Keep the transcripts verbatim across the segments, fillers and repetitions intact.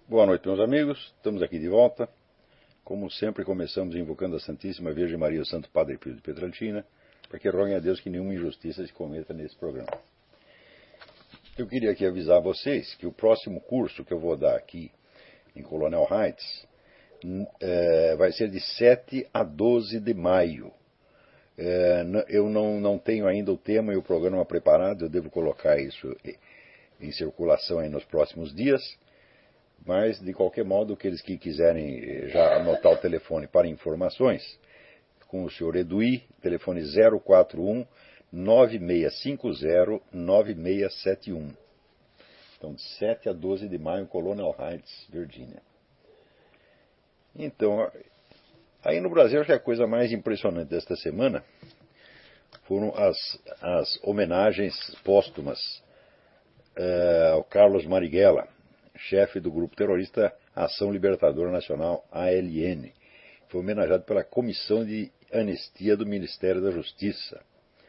Boa noite, meus amigos. Estamos aqui de volta. Como sempre, começamos invocando a Santíssima Virgem Maria, o Santo Padre Pio de Pietrelcina, para que roguem a Deus que nenhuma injustiça se cometa nesse programa. Eu queria aqui avisar a vocês que o próximo curso que eu vou dar aqui em Colonel Heights é, vai ser de sete a doze de maio. É, eu não, não tenho ainda o tema e o programa preparado, eu devo colocar isso em circulação aí nos próximos dias. Mas, de qualquer modo, aqueles que quiserem já anotar o telefone para informações, com o senhor Edui, telefone zero quatro um, nove seis cinco zero, nove seis sete um. Então, de sete a doze de maio, Colonel Heights, Virgínia. Então, aí no Brasil, acho que a coisa mais impressionante desta semana foram as, as homenagens póstumas uh, ao Carlos Marighella, chefe do grupo terrorista Ação Libertadora Nacional, A L N. Foi homenageado pela Comissão de Anistia do Ministério da Justiça.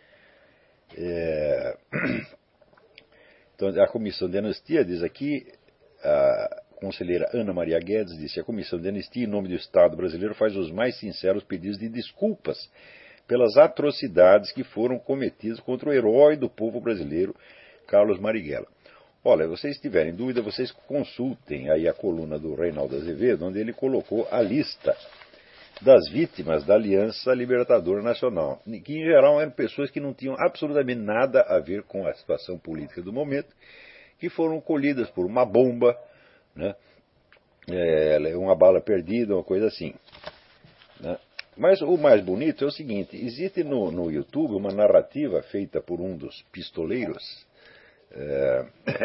É... Então, a Comissão de Anistia, diz aqui, a conselheira Ana Maria Guedes disse: a Comissão de Anistia, em nome do Estado brasileiro, faz os mais sinceros pedidos de desculpas pelas atrocidades que foram cometidas contra o herói do povo brasileiro, Carlos Marighella. Olha, se vocês tiverem dúvida, vocês consultem aí a coluna do Reinaldo Azevedo, onde ele colocou a lista das vítimas da Aliança Libertadora Nacional, que em geral eram pessoas que não tinham absolutamente nada a ver com a situação política do momento, que foram colhidas por uma bomba, né, é, uma bala perdida, uma coisa assim, né. Mas o mais bonito é o seguinte: existe no, no YouTube uma narrativa feita por um dos pistoleiros, É,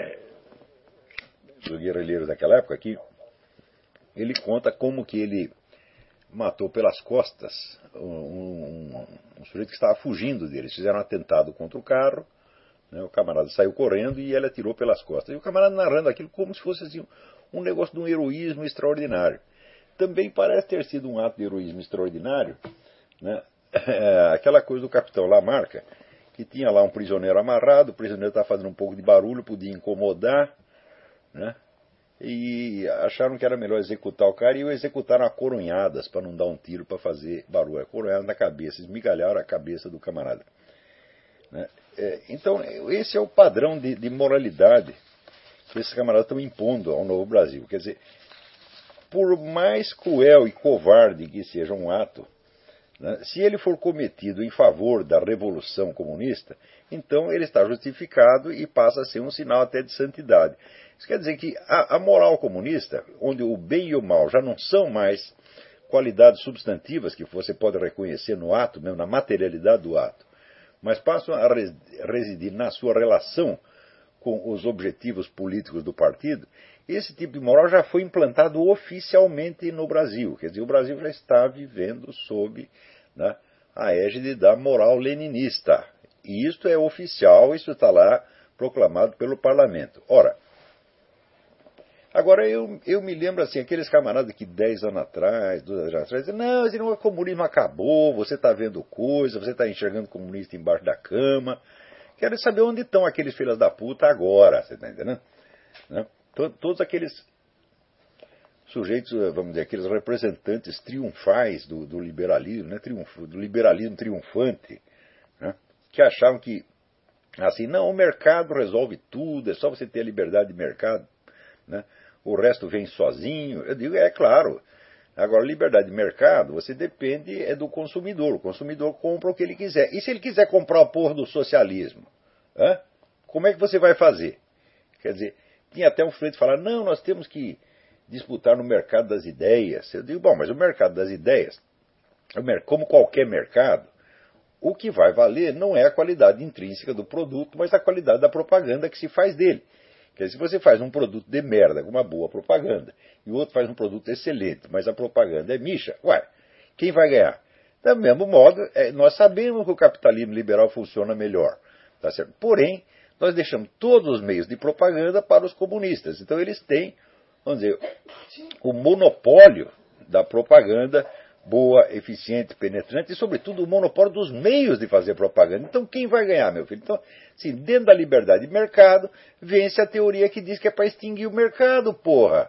do guerrilheiro daquela época, que ele conta como que ele matou pelas costas um, um, um sujeito que estava fugindo dele. Eles fizeram um atentado contra o carro, né, o camarada saiu correndo e ele atirou pelas costas. E o camarada narrando aquilo como se fosse assim, um negócio de um heroísmo extraordinário. Também parece ter sido um ato de heroísmo extraordinário, né, é, aquela coisa do capitão Lamarca, que tinha lá um prisioneiro amarrado, o prisioneiro estava fazendo um pouco de barulho, podia incomodar, né? E acharam que era melhor executar o cara e o executaram a coronhadas para não dar um tiro para fazer barulho. A coronhada na cabeça, esmigalharam a cabeça do camarada, né? É, então, esse é o padrão de, de moralidade que esses camaradas estão impondo ao novo Brasil. Quer dizer, por mais cruel e covarde que seja um ato, se ele for cometido em favor da Revolução Comunista, então ele está justificado e passa a ser um sinal até de santidade. Isso quer dizer que a, a moral comunista, onde o bem e o mal já não são mais qualidades substantivas que você pode reconhecer no ato, mesmo na materialidade do ato, mas passam a residir na sua relação com os objetivos políticos do partido, esse tipo de moral já foi implantado oficialmente no Brasil. Quer dizer, o Brasil já está vivendo sob, né, a égide da moral leninista. E isto é oficial, isso está lá proclamado pelo parlamento. Ora, agora eu, eu me lembro assim, aqueles camaradas que dez anos atrás, doze anos atrás, dizem: não, esse não, o comunismo acabou, você está vendo coisa, você está enxergando comunista embaixo da cama. Quero saber onde estão aqueles filhos da puta agora, você está entendendo? Né? Todos aqueles sujeitos, vamos dizer, aqueles representantes triunfais do, do liberalismo, né, triunfo, do liberalismo triunfante, né, que achavam que, assim, não, o mercado resolve tudo, é só você ter a liberdade de mercado, né, o resto vem sozinho. Eu digo, é claro, agora, liberdade de mercado, você depende é do consumidor, o consumidor compra o que ele quiser. E se ele quiser comprar a porra do socialismo, hein, como é que você vai fazer? Quer dizer, tinha até um sujeito que falava: não, nós temos que disputar no mercado das ideias. Eu digo, bom, mas o mercado das ideias, como qualquer mercado, o que vai valer não é a qualidade intrínseca do produto, mas a qualidade da propaganda que se faz dele. Quer dizer, se você faz um produto de merda com uma boa propaganda, e o outro faz um produto excelente, mas a propaganda é micha, ué, quem vai ganhar? Do mesmo modo, é, nós sabemos que o capitalismo liberal funciona melhor, tá certo? Porém, nós deixamos todos os meios de propaganda para os comunistas. Então eles têm, vamos dizer, o monopólio da propaganda boa, eficiente, penetrante e, sobretudo, o monopólio dos meios de fazer propaganda. Então quem vai ganhar, meu filho? Então, assim, dentro da liberdade de mercado, vence a teoria que diz que é para extinguir o mercado, porra.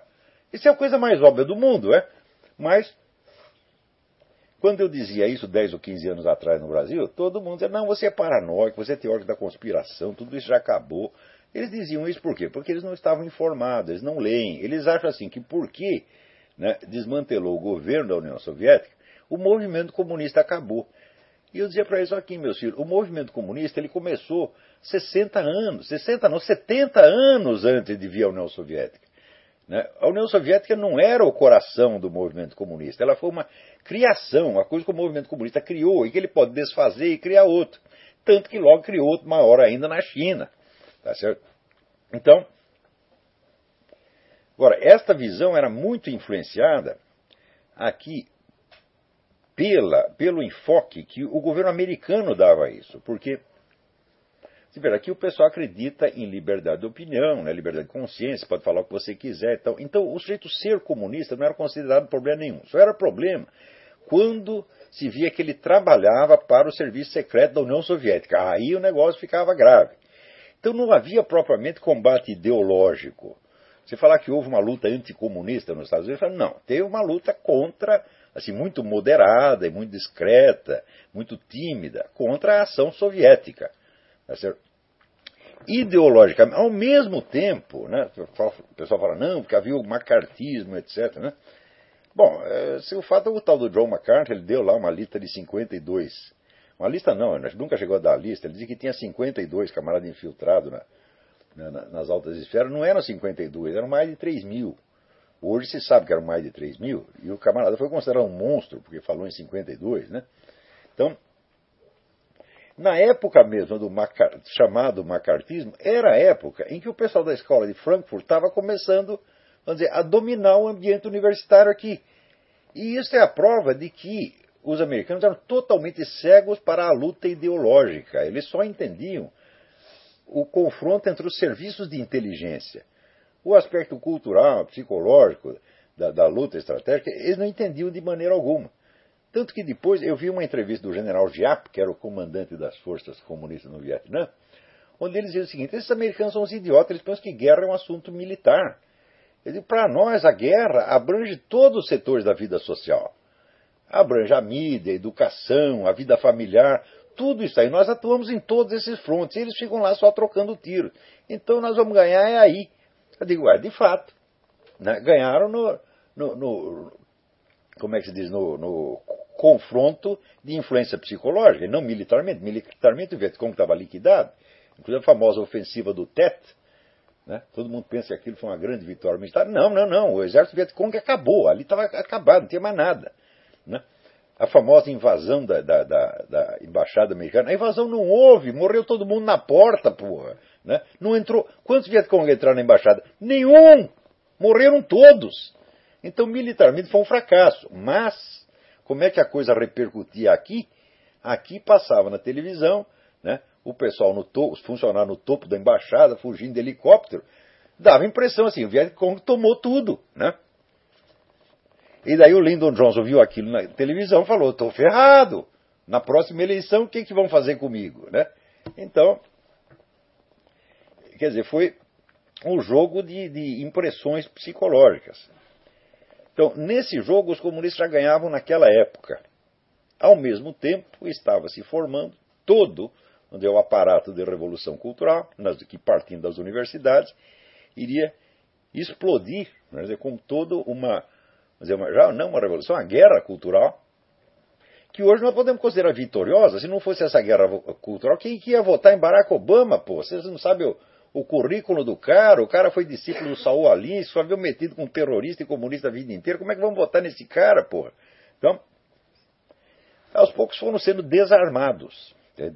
Isso é a coisa mais óbvia do mundo, é? Mas, quando eu dizia isso dez ou quinze anos atrás no Brasil, todo mundo dizia, não, você é paranoico, você é teórico da conspiração, tudo isso já acabou. Eles diziam isso por quê? Porque eles não estavam informados, eles não leem. Eles acham assim que porque, né, desmantelou o governo da União Soviética, o movimento comunista acabou. E eu dizia para eles aqui, meus filhos, o movimento comunista ele começou sessenta anos, sessenta não, setenta anos antes de vir a União Soviética. Né? A União Soviética não era o coração do movimento comunista, ela foi uma criação, uma coisa que o movimento comunista criou e que ele pode desfazer e criar outro. Tanto que logo criou outro maior ainda na China. Tá certo? Então, agora, esta visão era muito influenciada aqui pela, pelo enfoque que o governo americano dava a isso. Porque, se ver, aqui o pessoal acredita em liberdade de opinião, né, liberdade de consciência, pode falar o que você quiser. Então, então, o sujeito ser comunista não era considerado problema nenhum. Só era problema quando se via que ele trabalhava para o serviço secreto da União Soviética. Aí o negócio ficava grave. Então não havia propriamente combate ideológico. Você falar que houve uma luta anticomunista nos Estados Unidos, falo, não, teve uma luta contra, assim, muito moderada e muito discreta, muito tímida, contra a ação soviética. Tá certo? Ideologicamente, ao mesmo tempo, né, o pessoal fala, não, porque havia o macartismo, etcétera. Né? Bom, se o fato é o tal do John MacArthur, ele deu lá uma lista de cinquenta e dois. Uma lista não, nunca chegou a dar a lista. Ele dizia que tinha cinquenta e dois camaradas infiltrados na, na, nas altas esferas. Não eram cinquenta e dois, eram mais de três mil. Hoje se sabe que eram mais de três mil. E o camarada foi considerado um monstro, porque falou em cinquenta e dois. Né? Então, na época mesmo do macar, chamado macartismo, era a época em que o pessoal da escola de Frankfurt estava começando, vamos dizer, a dominar o ambiente universitário aqui. E isso é a prova de que os americanos eram totalmente cegos para a luta ideológica. Eles só entendiam o confronto entre os serviços de inteligência. O aspecto cultural, psicológico da, da luta estratégica, eles não entendiam de maneira alguma. Tanto que depois eu vi uma entrevista do general Giap, que era o comandante das forças comunistas no Vietnã, onde ele dizia o seguinte, esses americanos são uns idiotas, eles pensam que guerra é um assunto militar. Ele diz, para nós a guerra abrange todos os setores da vida social. Abrange a mídia, a educação, a vida familiar, tudo isso aí. Nós atuamos em todos esses frontes. E eles ficam lá só trocando tiro. Então nós vamos ganhar é aí. Eu digo, é, de fato. Né? Ganharam no, no, no, como é que se diz, no, no confronto de influência psicológica, e não militarmente. Militarmente o Vietcong estava liquidado. Inclusive a famosa ofensiva do Tet. Né? Todo mundo pensa que aquilo foi uma grande vitória militar. Não, não, não. O exército Vietcong acabou. Ali estava acabado, não tinha mais nada. Né? A famosa invasão da, da, da, da embaixada americana. A invasão não houve, morreu todo mundo na porta, porra. Né? Não entrou. Quantos Vietcong entraram na embaixada? Nenhum! Morreram todos. Então, militarmente foi um fracasso. Mas, como é que a coisa repercutia aqui? Aqui passava na televisão, né? O pessoal, no topo, os funcionários no topo da embaixada, fugindo de helicóptero, dava a impressão assim, o Vietcong tomou tudo, né? E daí o Lyndon Johnson viu aquilo na televisão e falou, estou ferrado, na próxima eleição o que, que vão fazer comigo? Né? Então, quer dizer, foi um jogo de, de impressões psicológicas. Então, nesse jogo os comunistas já ganhavam naquela época. Ao mesmo tempo, estava se formando todo onde é o aparato de revolução cultural, nas, que partindo das universidades, iria explodir, quer dizer, como toda uma... Mas é uma, já não uma revolução, uma guerra cultural, que hoje nós podemos considerar vitoriosa. Se não fosse essa guerra cultural, quem que ia votar em Barack Obama, pô? Vocês não sabem o, o currículo do cara, o cara foi discípulo do Saul Alinsky, só havia metido com terrorista e comunista a vida inteira, como é que vamos votar nesse cara, pô? Então, aos poucos foram sendo desarmados.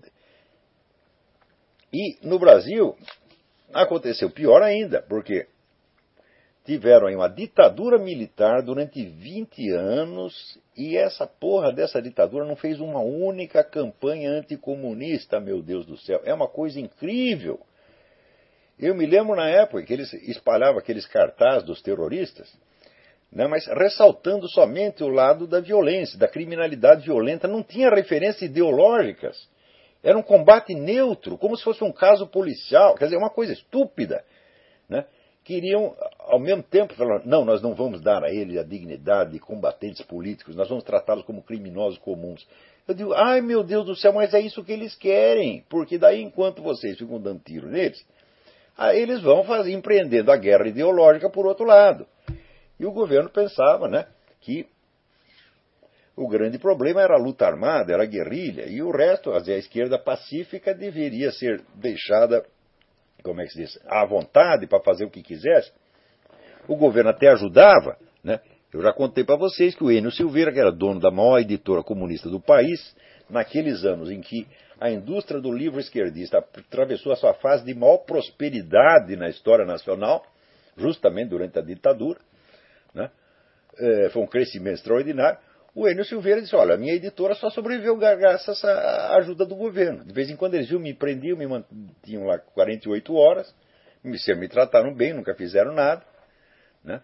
E no Brasil, aconteceu pior ainda, porque tiveram aí uma ditadura militar durante vinte anos e essa porra dessa ditadura não fez uma única campanha anticomunista, meu Deus do céu. É uma coisa incrível. Eu me lembro na época que eles espalhavam aqueles cartazes dos terroristas, né, mas ressaltando somente o lado da violência, da criminalidade violenta. Não tinha referências ideológicas. Era um combate neutro, como se fosse um caso policial. Quer dizer, uma coisa estúpida, né? Queriam ao mesmo tempo, falaram, não, nós não vamos dar a eles a dignidade de combatentes políticos, nós vamos tratá-los como criminosos comuns. Eu digo, ai meu Deus do céu, mas é isso que eles querem, porque daí enquanto vocês ficam dando tiro neles, aí eles vão fazer, empreendendo a guerra ideológica por outro lado. E o governo pensava, né, que o grande problema era a luta armada, era a guerrilha, e o resto, a esquerda pacífica, deveria ser deixada, como é que se diz, à vontade para fazer o que quisesse. O governo até ajudava, né? Eu já contei para vocês que o Enio Silveira, que era dono da maior editora comunista do país, naqueles anos em que a indústria do livro esquerdista atravessou a sua fase de maior prosperidade na história nacional, justamente durante a ditadura, né? É, foi um crescimento extraordinário. O Enio Silveira disse, olha, a minha editora só sobreviveu graças à ajuda do governo. De vez em quando eles viam, me prendiam, me mantinham lá quarenta e oito horas, me, me trataram bem, nunca fizeram nada, né?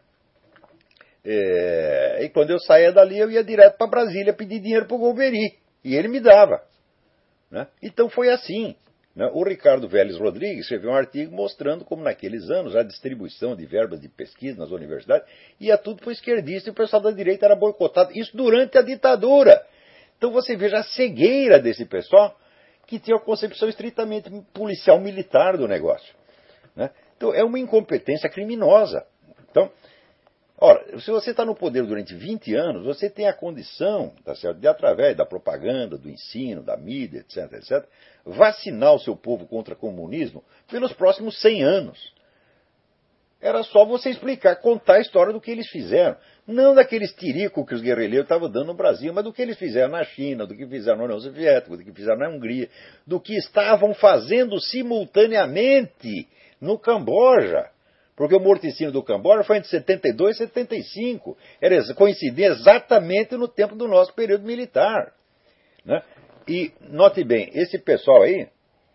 É, e quando eu saía dali, eu ia direto para Brasília pedir dinheiro para o Golbery, e ele me dava, né? Então foi assim, né? O Ricardo Vélez Rodrigues escreveu um artigo mostrando como naqueles anos a distribuição de verbas de pesquisa nas universidades ia tudo para o esquerdista e o pessoal da direita era boicotado, isso durante a ditadura. Então você veja a cegueira desse pessoal que tinha a concepção estritamente policial militar do negócio, né? Então é uma incompetência criminosa. Então, ora, se você está no poder durante vinte anos, você tem a condição, tá certo, de, através da propaganda, do ensino, da mídia, etc, etcétera, vacinar o seu povo contra o comunismo pelos próximos cem anos. Era só você explicar, contar a história do que eles fizeram. Não daqueles tiricos que os guerrilheiros estavam dando no Brasil, mas do que eles fizeram na China, do que fizeram na União Soviética, do que fizeram na Hungria, do que estavam fazendo simultaneamente no Camboja. Porque o morticínio do Camboja foi entre setenta e dois e setenta e cinco. Era, coincidia exatamente no tempo do nosso período militar, né? E, note bem, esse pessoal aí,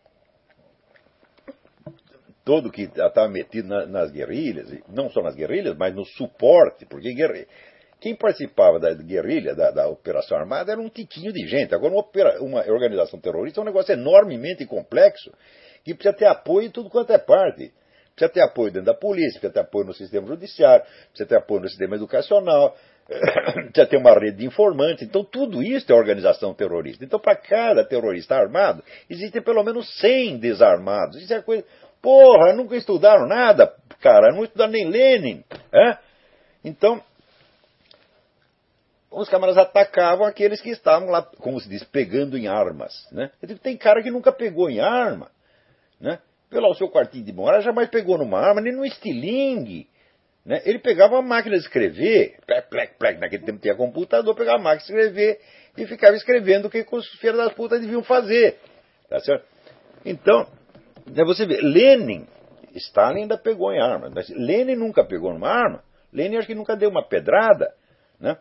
todo que estava metido na, nas guerrilhas, não só nas guerrilhas, mas no suporte, porque guerrilha, quem participava da guerrilha, da, da operação armada, era um tiquinho de gente. Agora, uma, opera, uma organização terrorista é um negócio enormemente complexo, que precisa ter apoio em tudo quanto é parte. Precisa ter apoio dentro da polícia, precisa ter apoio no sistema judiciário, precisa ter apoio no sistema educacional, precisa ter uma rede de informantes. Então, tudo isso é organização terrorista. Então, para cada terrorista armado, existem pelo menos cem desarmados. Isso é coisa... Porra, nunca estudaram nada, cara, não estudaram nem Lenin. É? Então, os camaradas atacavam aqueles que estavam lá, como se diz, pegando em armas, né? Eu digo, tem cara que nunca pegou em arma, né? Pelo seu quartinho de memória, jamais pegou numa arma, nem no estilingue, né? Ele pegava uma máquina de escrever, plec, plec, plec, naquele tempo tinha computador, pegava a máquina de escrever e ficava escrevendo o que os filhos das putas deviam fazer, tá certo? Então, você vê, Lenin, Stalin ainda pegou em arma, mas Lenin nunca pegou numa arma, Lenin acho que nunca deu uma pedrada, né?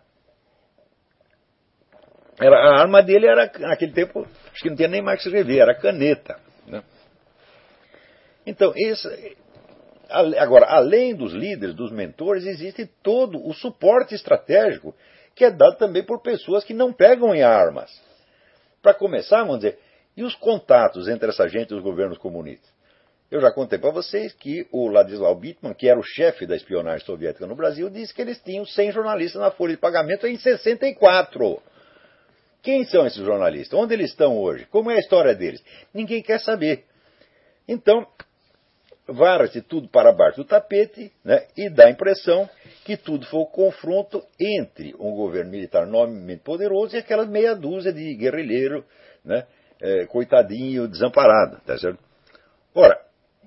Era, a arma dele era, naquele tempo, acho que não tinha nem mais que escrever, era caneta, né? Então, esse, agora, além dos líderes, dos mentores, existe todo o suporte estratégico que é dado também por pessoas que não pegam em armas. Para começar, vamos dizer, e os contatos entre essa gente e os governos comunistas? Eu já contei para vocês que o Ladislau Bittman, que era o chefe da espionagem soviética no Brasil, disse que eles tinham cem jornalistas na folha de pagamento em sessenta e quatro. Quem são esses jornalistas? Onde eles estão hoje? Como é a história deles? Ninguém quer saber. Então, varre-se tudo para baixo do tapete, né, e dá a impressão que tudo foi um confronto entre um governo militar enormemente poderoso e aquela meia dúzia de guerrilheiro, né, é, coitadinho, desamparado. Tá certo? Ora,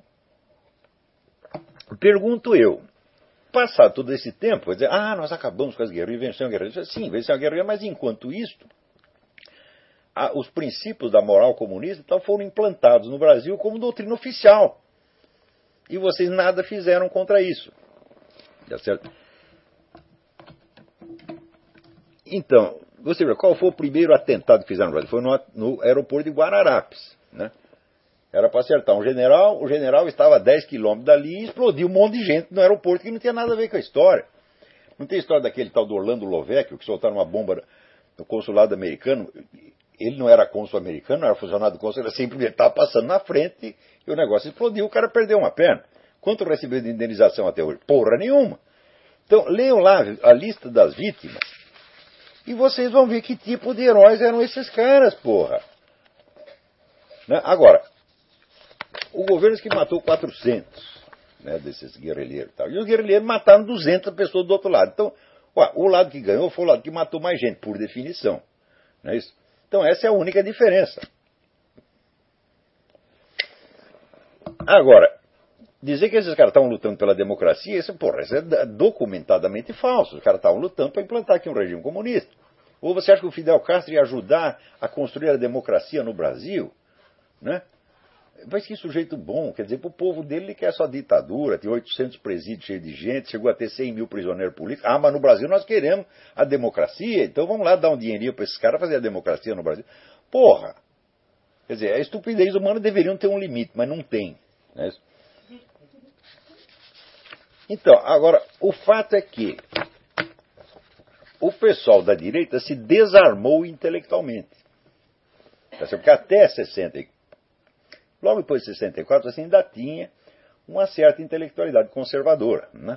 pergunto eu, passado todo esse tempo, vai dizer, ah, nós acabamos com as guerrilhas, vencemos a guerrilha. Sim, vencemos a guerrilha, mas enquanto isto, a, os princípios da moral comunista então, foram implantados no Brasil como doutrina oficial. E vocês nada fizeram contra isso. Tá certo? Então, você vê, qual foi o primeiro atentado que fizeram no Brasil? Foi no, no aeroporto de Guararapes, né? Era para acertar um general, o general estava a dez quilômetros dali e explodiu um monte de gente no aeroporto que não tinha nada a ver com a história. Não tem história daquele tal do Orlando Lovecchio que soltaram uma bomba no consulado americano. Ele não era cônsul americano, não era funcionário do cônsul, ele simplesmente estava passando na frente e o negócio explodiu, o cara perdeu uma perna. Quanto recebeu de indenização até hoje? Porra nenhuma. Então, leiam lá a lista das vítimas e vocês vão ver que tipo de heróis eram esses caras, porra. Né? Agora, o governo que matou quatrocentos, né, desses guerrilheiros e tal, e os guerrilheiros mataram duzentas pessoas do outro lado. Então, ué, o lado que ganhou foi o lado que matou mais gente, por definição. Não é isso? Então, essa é a única diferença. Agora, dizer que esses caras estavam lutando pela democracia, isso, porra, isso é documentadamente falso. Os caras estavam lutando para implantar aqui um regime comunista. Ou você acha que o Fidel Castro ia ajudar a construir a democracia no Brasil? Né? Mas que sujeito bom, quer dizer, para o povo dele ele quer só ditadura, tem oitocentos presídios cheios de gente, chegou a ter cem mil prisioneiros políticos. Ah, mas no Brasil nós queremos a democracia, então vamos lá dar um dinheirinho para esses caras fazer a democracia no Brasil. Porra! Quer dizer, a estupidez humana deveriam ter um limite, mas não tem. Né? Então, agora, o fato é que o pessoal da direita se desarmou intelectualmente. Porque até sessenta e quatro, logo depois de sessenta e quatro, assim, ainda tinha uma certa intelectualidade conservadora. Né?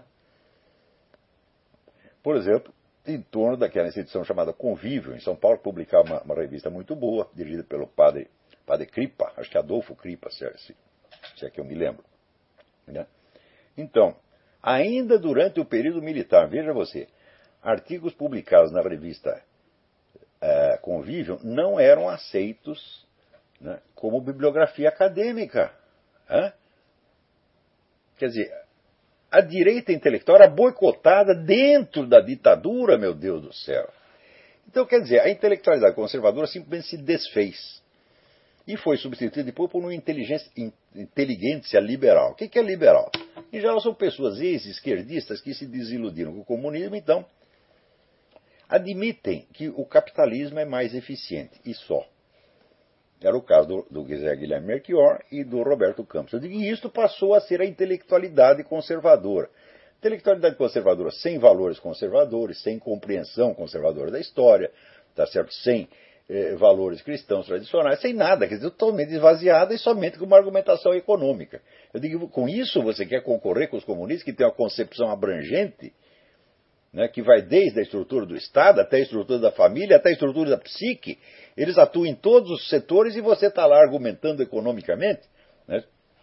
Por exemplo, em torno daquela instituição chamada Convívio, em São Paulo, publicava uma, uma revista muito boa, dirigida pelo padre, padre Cripa, acho que Adolfo Cripa, se, se, se é que eu me lembro. Né? Então, ainda durante o período militar, veja você, artigos publicados na revista é, Convívio não eram aceitos, né, como bibliografia acadêmica. Né? Quer dizer, a direita intelectual era boicotada dentro da ditadura, meu Deus do céu. Então, quer dizer, a intelectualidade conservadora simplesmente se desfez e foi substituída depois por uma inteligência, inteligência liberal. O que é liberal? Em geral, são pessoas ex-esquerdistas que se desiludiram com o comunismo, então admitem que o capitalismo é mais eficiente, e só. Era o caso do, do Guilherme Melchior e do Roberto Campos. Eu digo, e isto passou a ser a intelectualidade conservadora. Intelectualidade conservadora sem valores conservadores, sem compreensão conservadora da história, tá certo? Sem eh, valores cristãos tradicionais, sem nada, quer dizer, totalmente esvaziada e somente com uma argumentação econômica. Eu digo, com isso você quer concorrer com os comunistas que têm uma concepção abrangente, né, que vai desde a estrutura do Estado até a estrutura da família, até a estrutura da psique. Eles atuam em todos os setores e você está lá argumentando economicamente. Né?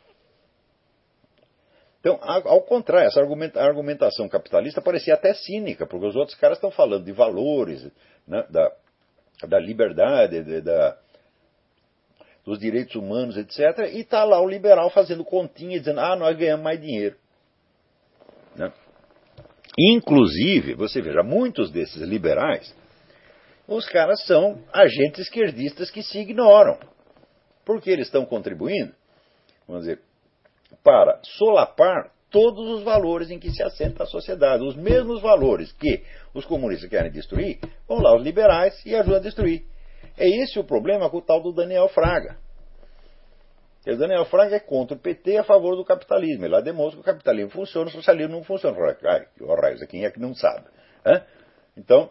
Então, ao contrário, essa argumentação capitalista parecia até cínica, porque os outros caras estão falando de valores, né, da, da liberdade, de, da, dos direitos humanos, etcétera. E está lá o liberal fazendo continha, dizendo, ah, nós ganhamos mais dinheiro. Né? Inclusive, você veja, muitos desses liberais, os caras são agentes esquerdistas que se ignoram. Porque eles estão contribuindo, vamos dizer, para solapar todos os valores em que se assenta a sociedade. Os mesmos valores que os comunistas querem destruir, vão lá os liberais e ajudam a destruir. É esse o problema com o tal do Daniel Fraga. O Daniel Fraga é contra o P T a favor do capitalismo. Ele lá demonstra que o capitalismo funciona, o socialismo não funciona. Ai, que horror, isso quem é que não sabe? Hã? Então,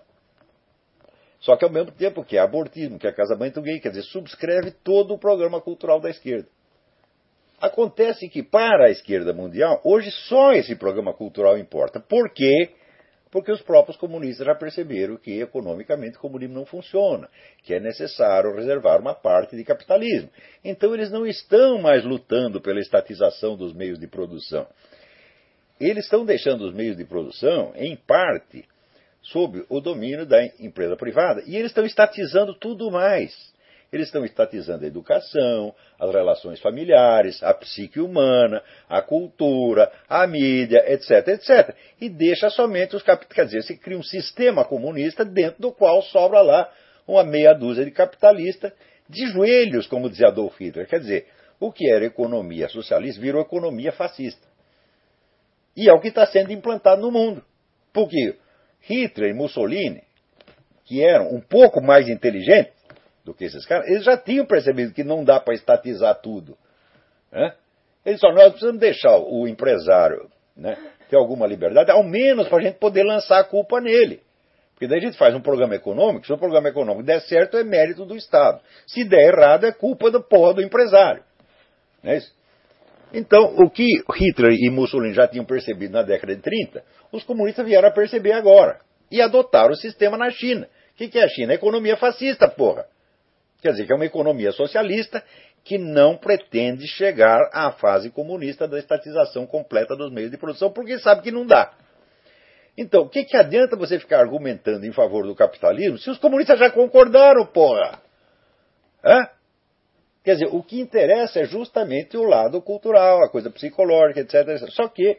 só que ao mesmo tempo que é abortismo, que é casamento gay, quer dizer, subscreve todo o programa cultural da esquerda. Acontece que para a esquerda mundial, hoje só esse programa cultural importa. Por quê? Porque os próprios comunistas já perceberam que economicamente o comunismo não funciona, que é necessário reservar uma parte de capitalismo. Então eles não estão mais lutando pela estatização dos meios de produção. Eles estão deixando os meios de produção, em parte, sob o domínio da empresa privada, e eles estão estatizando tudo mais. Eles estão estatizando a educação, as relações familiares, a psique humana, a cultura, a mídia, etc, etcétera. E deixa somente os capitalistas. Quer dizer, se cria um sistema comunista dentro do qual sobra lá uma meia dúzia de capitalistas de joelhos, como dizia Adolf Hitler. Quer dizer, o que era economia socialista virou economia fascista. E é o que está sendo implantado no mundo. Porque Hitler e Mussolini, que eram um pouco mais inteligentes do que esses caras, eles já tinham percebido que não dá para estatizar tudo. Né? Eles só, nós precisamos deixar o empresário, né, ter alguma liberdade, ao menos para a gente poder lançar a culpa nele. Porque daí a gente faz um programa econômico, se o programa econômico der certo, é mérito do Estado. Se der errado, é culpa do porra do empresário. Não é isso? Então, o que Hitler e Mussolini já tinham percebido na década de trinta, os comunistas vieram a perceber agora. E adotaram o sistema na China. O que, que é a China? É economia fascista, porra. Quer dizer, que é uma economia socialista que não pretende chegar à fase comunista da estatização completa dos meios de produção, porque sabe que não dá. Então, o que, que adianta você ficar argumentando em favor do capitalismo se os comunistas já concordaram, porra? Hã? Quer dizer, o que interessa é justamente o lado cultural, a coisa psicológica, etcétera. Só que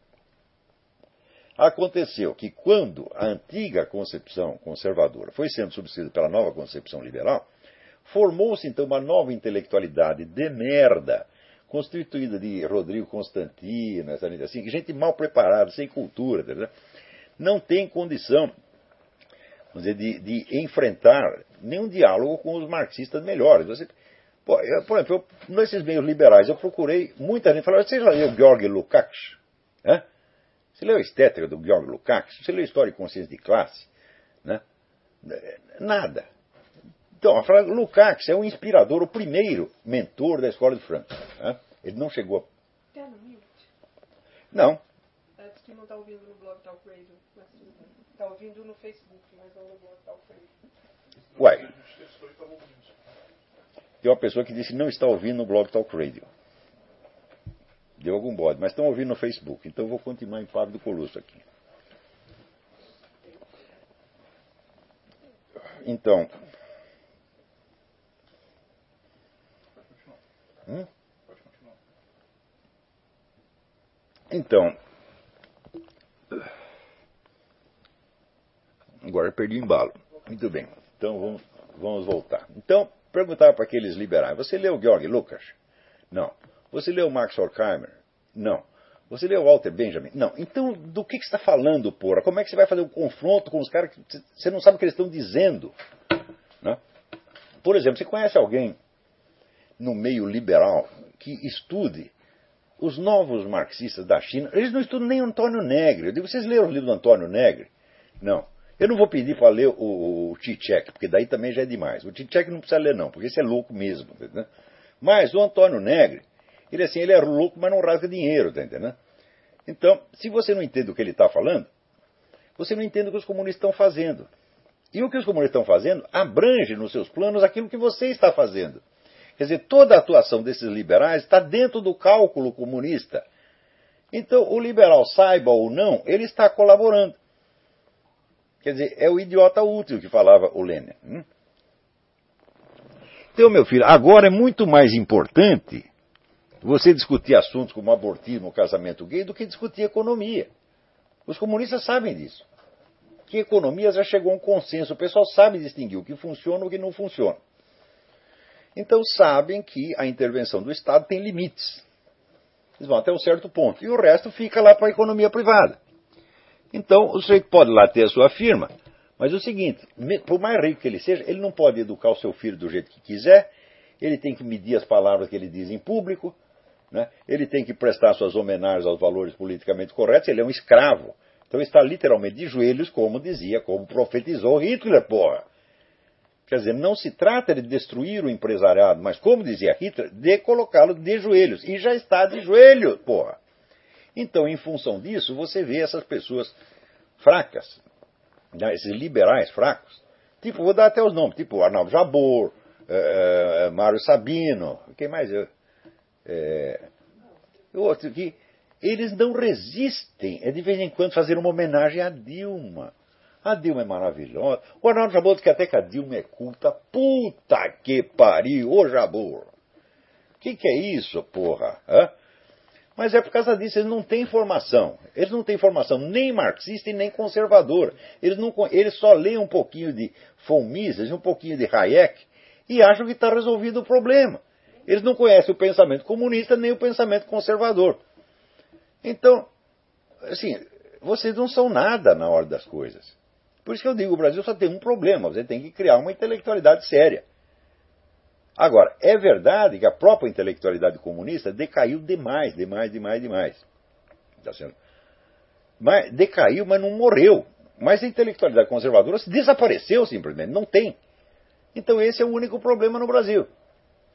aconteceu que quando a antiga concepção conservadora foi sendo substituída pela nova concepção liberal, formou-se então uma nova intelectualidade de merda, constituída de Rodrigo Constantino, essa gente assim, gente mal preparada, sem cultura, entendeu? Não tem condição, vamos dizer, de, de enfrentar nenhum diálogo com os marxistas melhores. Você, pô, eu, por exemplo, eu, nesses meios liberais, eu procurei muita gente falar, você já leu Georg Lukács? Né? Você leu a Estética do Georg Lukács? Você leu História e Consciência de Classe? Né? Nada. Então, a frase Lukács é um inspirador, o primeiro mentor da escola de Frankfurt. Né? Ele não chegou a... Tá no mute? Não. É que não está ouvindo no Blog Talk Radio. Está ouvindo no Facebook, mas não no Blog Talk Radio. Uai. Tem uma pessoa que disse que não está ouvindo no Blog Talk Radio. Deu algum bode, mas estão ouvindo no Facebook. Então eu vou continuar em Padre do Colosso aqui. Então... Hum? Então, agora eu perdi o embalo. Muito bem, então vamos, vamos voltar. Então, perguntar para aqueles liberais, você leu Georg Lukács? Não. Você leu Max Horkheimer? Não. Você leu Walter Benjamin? Não. Então, do que, que você está falando, porra? Como é que você vai fazer um confronto com os caras que você não sabe o que eles estão dizendo? Né? Por exemplo, você conhece alguém no meio liberal que estude os novos marxistas da China? Eles não estudam nem Antônio Negri. Eu digo, vocês leram o livro do Antônio Negri? Não. Eu não vou pedir para ler o, o Zizek, porque daí também já é demais. O Zizek não precisa ler não, porque esse é louco mesmo. Tá entendendo? Mas o Antônio Negri, ele assim, ele é louco, mas não rasga dinheiro, tá entendendo? Então, se você não entende o que ele está falando, você não entende o que os comunistas estão fazendo. E o que os comunistas estão fazendo abrange nos seus planos aquilo que você está fazendo. Quer dizer, toda a atuação desses liberais está dentro do cálculo comunista. Então, o liberal, saiba ou não, ele está colaborando. Quer dizer, é o idiota útil que falava o Lenin. Hum? Então, meu filho, agora é muito mais importante você discutir assuntos como abortismo, casamento gay, do que discutir economia. Os comunistas sabem disso. Que economia já chegou a um consenso. O pessoal sabe distinguir o que funciona e o que não funciona. Então sabem que a intervenção do Estado tem limites. Eles vão até um certo ponto. E o resto fica lá para a economia privada. Então o sujeito pode lá ter a sua firma, mas é o seguinte, por mais rico que ele seja, ele não pode educar o seu filho do jeito que quiser, ele tem que medir as palavras que ele diz em público, né? Ele tem que prestar suas homenagens aos valores politicamente corretos, ele é um escravo. Então ele está literalmente de joelhos, como dizia, como profetizou Hitler, porra. Quer dizer, não se trata de destruir o empresariado, mas, como dizia Hitler, de colocá-lo de joelhos. E já está de joelho, porra. Então, em função disso, você vê essas pessoas fracas, né, esses liberais fracos. Tipo, vou dar até os nomes, tipo Arnaldo Jabor, é, é, Mário Sabino, quem mais? É, outro que eles não resistem, é de vez em quando fazer uma homenagem a Dilma. A Dilma é maravilhosa. O Arnaldo Jabor diz que até que a Dilma é culta. Puta que pariu, ô Jabor. O que, que é isso, porra? Hã? Mas é por causa disso, eles não têm formação. Eles não têm formação nem marxista e nem conservadora. Eles, não, eles só leem um pouquinho de von Mises, um pouquinho de Hayek e acham que está resolvido o problema. Eles não conhecem o pensamento comunista nem o pensamento conservador. Então, assim, vocês não são nada na hora das coisas. Por isso que eu digo, o Brasil só tem um problema, você tem que criar uma intelectualidade séria. Agora, é verdade que a própria intelectualidade comunista decaiu demais, demais, demais, demais. Tá sendo? Mas, decaiu, mas não morreu. Mas a intelectualidade conservadora desapareceu simplesmente, não tem. Então esse é o único problema no Brasil. Então,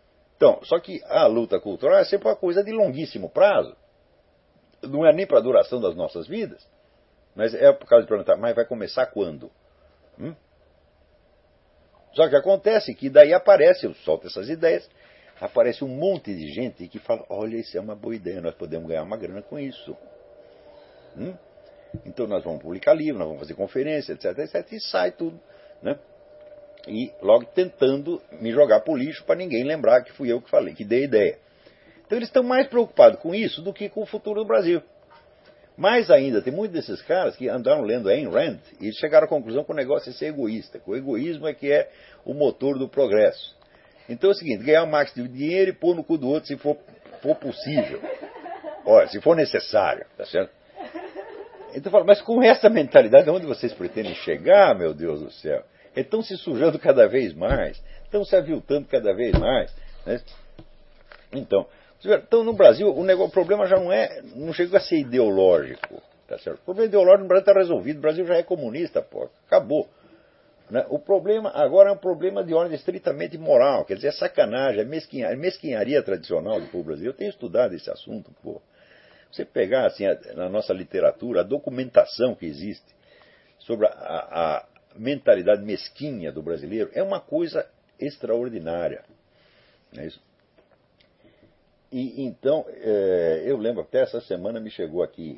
Então, só que a luta cultural é sempre uma coisa de longuíssimo prazo. Não é nem para a duração das nossas vidas. Mas é por causa de perguntar, mas vai começar quando? Hum? Só que acontece que daí aparece, eu solto essas ideias, aparece um monte de gente que fala, olha, isso é uma boa ideia, nós podemos ganhar uma grana com isso. Hum? Então nós vamos publicar livro, nós vamos fazer conferência, etc, etc, e sai tudo, né? E logo tentando me jogar pro lixo para ninguém lembrar que fui eu que falei, que dei a ideia. Então eles estão mais preocupados com isso do que com o futuro do Brasil. Mais ainda, tem muitos desses caras que andaram lendo Ayn Rand e chegaram à conclusão que o negócio é ser egoísta, que o egoísmo é que é o motor do progresso. Então é o seguinte, ganhar o máximo de dinheiro e pôr no cu do outro se for, for possível. Olha, se for necessário, tá certo? Então fala, mas com essa mentalidade, onde vocês pretendem chegar, meu Deus do céu? Estão se sujando cada vez mais, estão se aviltando cada vez mais. Né? Então, então, no Brasil, o, negócio, o problema já não é, não chega a ser ideológico. Tá certo? O problema ideológico no Brasil está resolvido, o Brasil já é comunista, pô, acabou. Né? O problema agora é um problema de ordem estritamente moral, quer dizer, é sacanagem, é mesquinharia, é mesquinharia tradicional do povo brasileiro. Eu tenho estudado esse assunto, pô. Você pegar assim, na nossa literatura, a documentação que existe sobre a, a mentalidade mesquinha do brasileiro é uma coisa extraordinária. Não é isso? E então, é, eu lembro, até essa semana me chegou aqui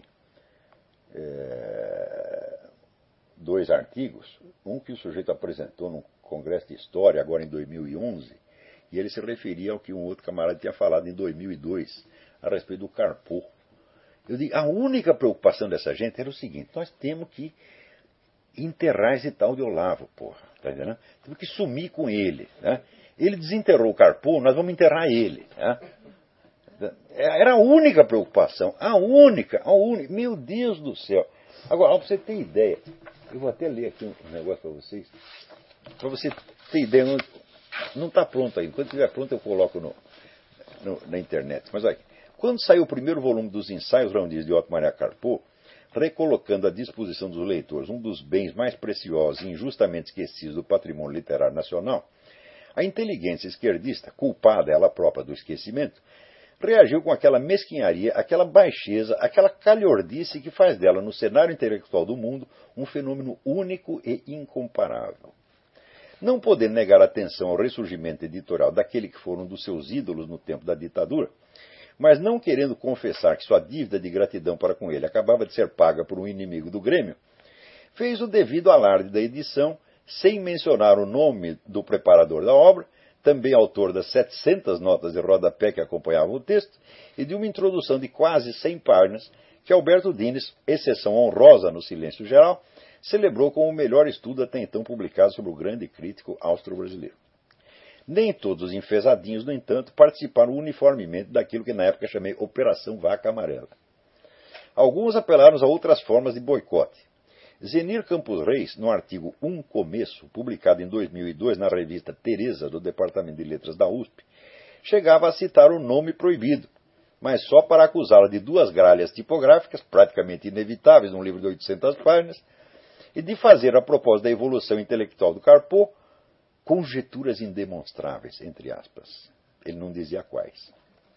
é, dois artigos, um que o sujeito apresentou num congresso de história, agora em dois mil e onze, e ele se referia ao que um outro camarada tinha falado em dois mil e dois, a respeito do Carpo. Eu digo, a única preocupação dessa gente era o seguinte, nós temos que enterrar esse tal de Olavo, porra, tá entendendo? Temos que sumir com ele, né? Ele desenterrou o Carpo, nós vamos enterrar ele, né? Era a única preocupação, a única, a única, meu Deus do céu. Agora, para você ter ideia, eu vou até ler aqui um negócio para vocês, para você ter ideia, não está pronto ainda, quando estiver pronto eu coloco no, no, na internet. Mas olha, quando saiu o primeiro volume dos Ensaios Reunidos de Otto Maria Carpo, recolocando à disposição dos leitores um dos bens mais preciosos e injustamente esquecidos do patrimônio literário nacional, a inteligência esquerdista, culpada ela própria do esquecimento, reagiu com aquela mesquinharia, aquela baixeza, aquela calhordice que faz dela, no cenário intelectual do mundo, um fenômeno único e incomparável. Não podendo negar atenção ao ressurgimento editorial daquele que foram um dos seus ídolos no tempo da ditadura, mas não querendo confessar que sua dívida de gratidão para com ele acabava de ser paga por um inimigo do Grêmio, fez o devido alarde da edição, sem mencionar o nome do preparador da obra, também autor das setecentas notas de rodapé que acompanhavam o texto, e de uma introdução de quase cem páginas, que Alberto Dines, exceção honrosa no silêncio geral, celebrou como o melhor estudo até então publicado sobre o grande crítico austro-brasileiro. Nem todos os enfesadinhos, no entanto, participaram uniformemente daquilo que na época chamei Operação Vaca Amarela. Alguns apelaram a outras formas de boicote. Zenir Campos Reis, no artigo Um Começo, publicado em dois mil e dois na revista Teresa, do Departamento de Letras da U S P, chegava a citar o nome proibido, mas só para acusá-la de duas gralhas tipográficas, praticamente inevitáveis num livro de oitocentas páginas, e de fazer, a propósito da evolução intelectual do Carpo, conjecturas indemonstráveis, entre aspas. Ele não dizia quais.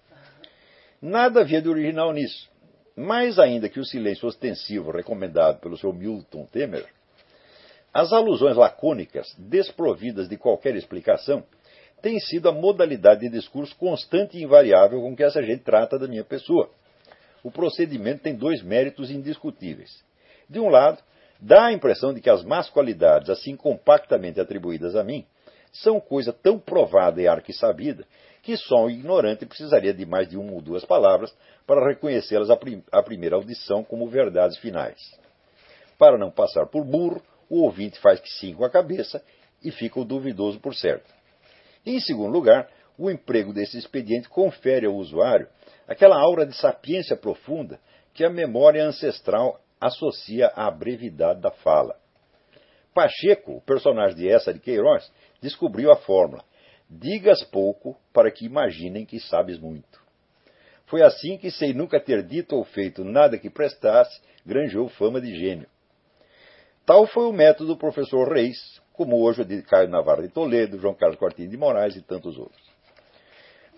Nada havia de original nisso. Mais ainda que o silêncio ostensivo recomendado pelo seu Milton Temer, as alusões lacônicas, desprovidas de qualquer explicação, têm sido a modalidade de discurso constante e invariável com que essa gente trata da minha pessoa. O procedimento tem dois méritos indiscutíveis. De um lado, dá a impressão de que as más qualidades, assim compactamente atribuídas a mim, são coisa tão provada e arquissabida que só um ignorante precisaria de mais de uma ou duas palavras para reconhecê-las à, prim à primeira audição como verdades finais. Para não passar por burro, o ouvinte faz que sim com a cabeça e fica o duvidoso por certo. E, em segundo lugar, o emprego desse expediente confere ao usuário aquela aura de sapiência profunda que a memória ancestral associa à brevidade da fala. Pacheco, o personagem de Essa de Queiroz, descobriu a fórmula: digas pouco para que imaginem que sabes muito. Foi assim que, sem nunca ter dito ou feito nada que prestasse, granjeou fama de gênio. Tal foi o método do professor Reis, como hoje o de Caio Navarro de Toledo, João Carlos Quartini de Moraes e tantos outros.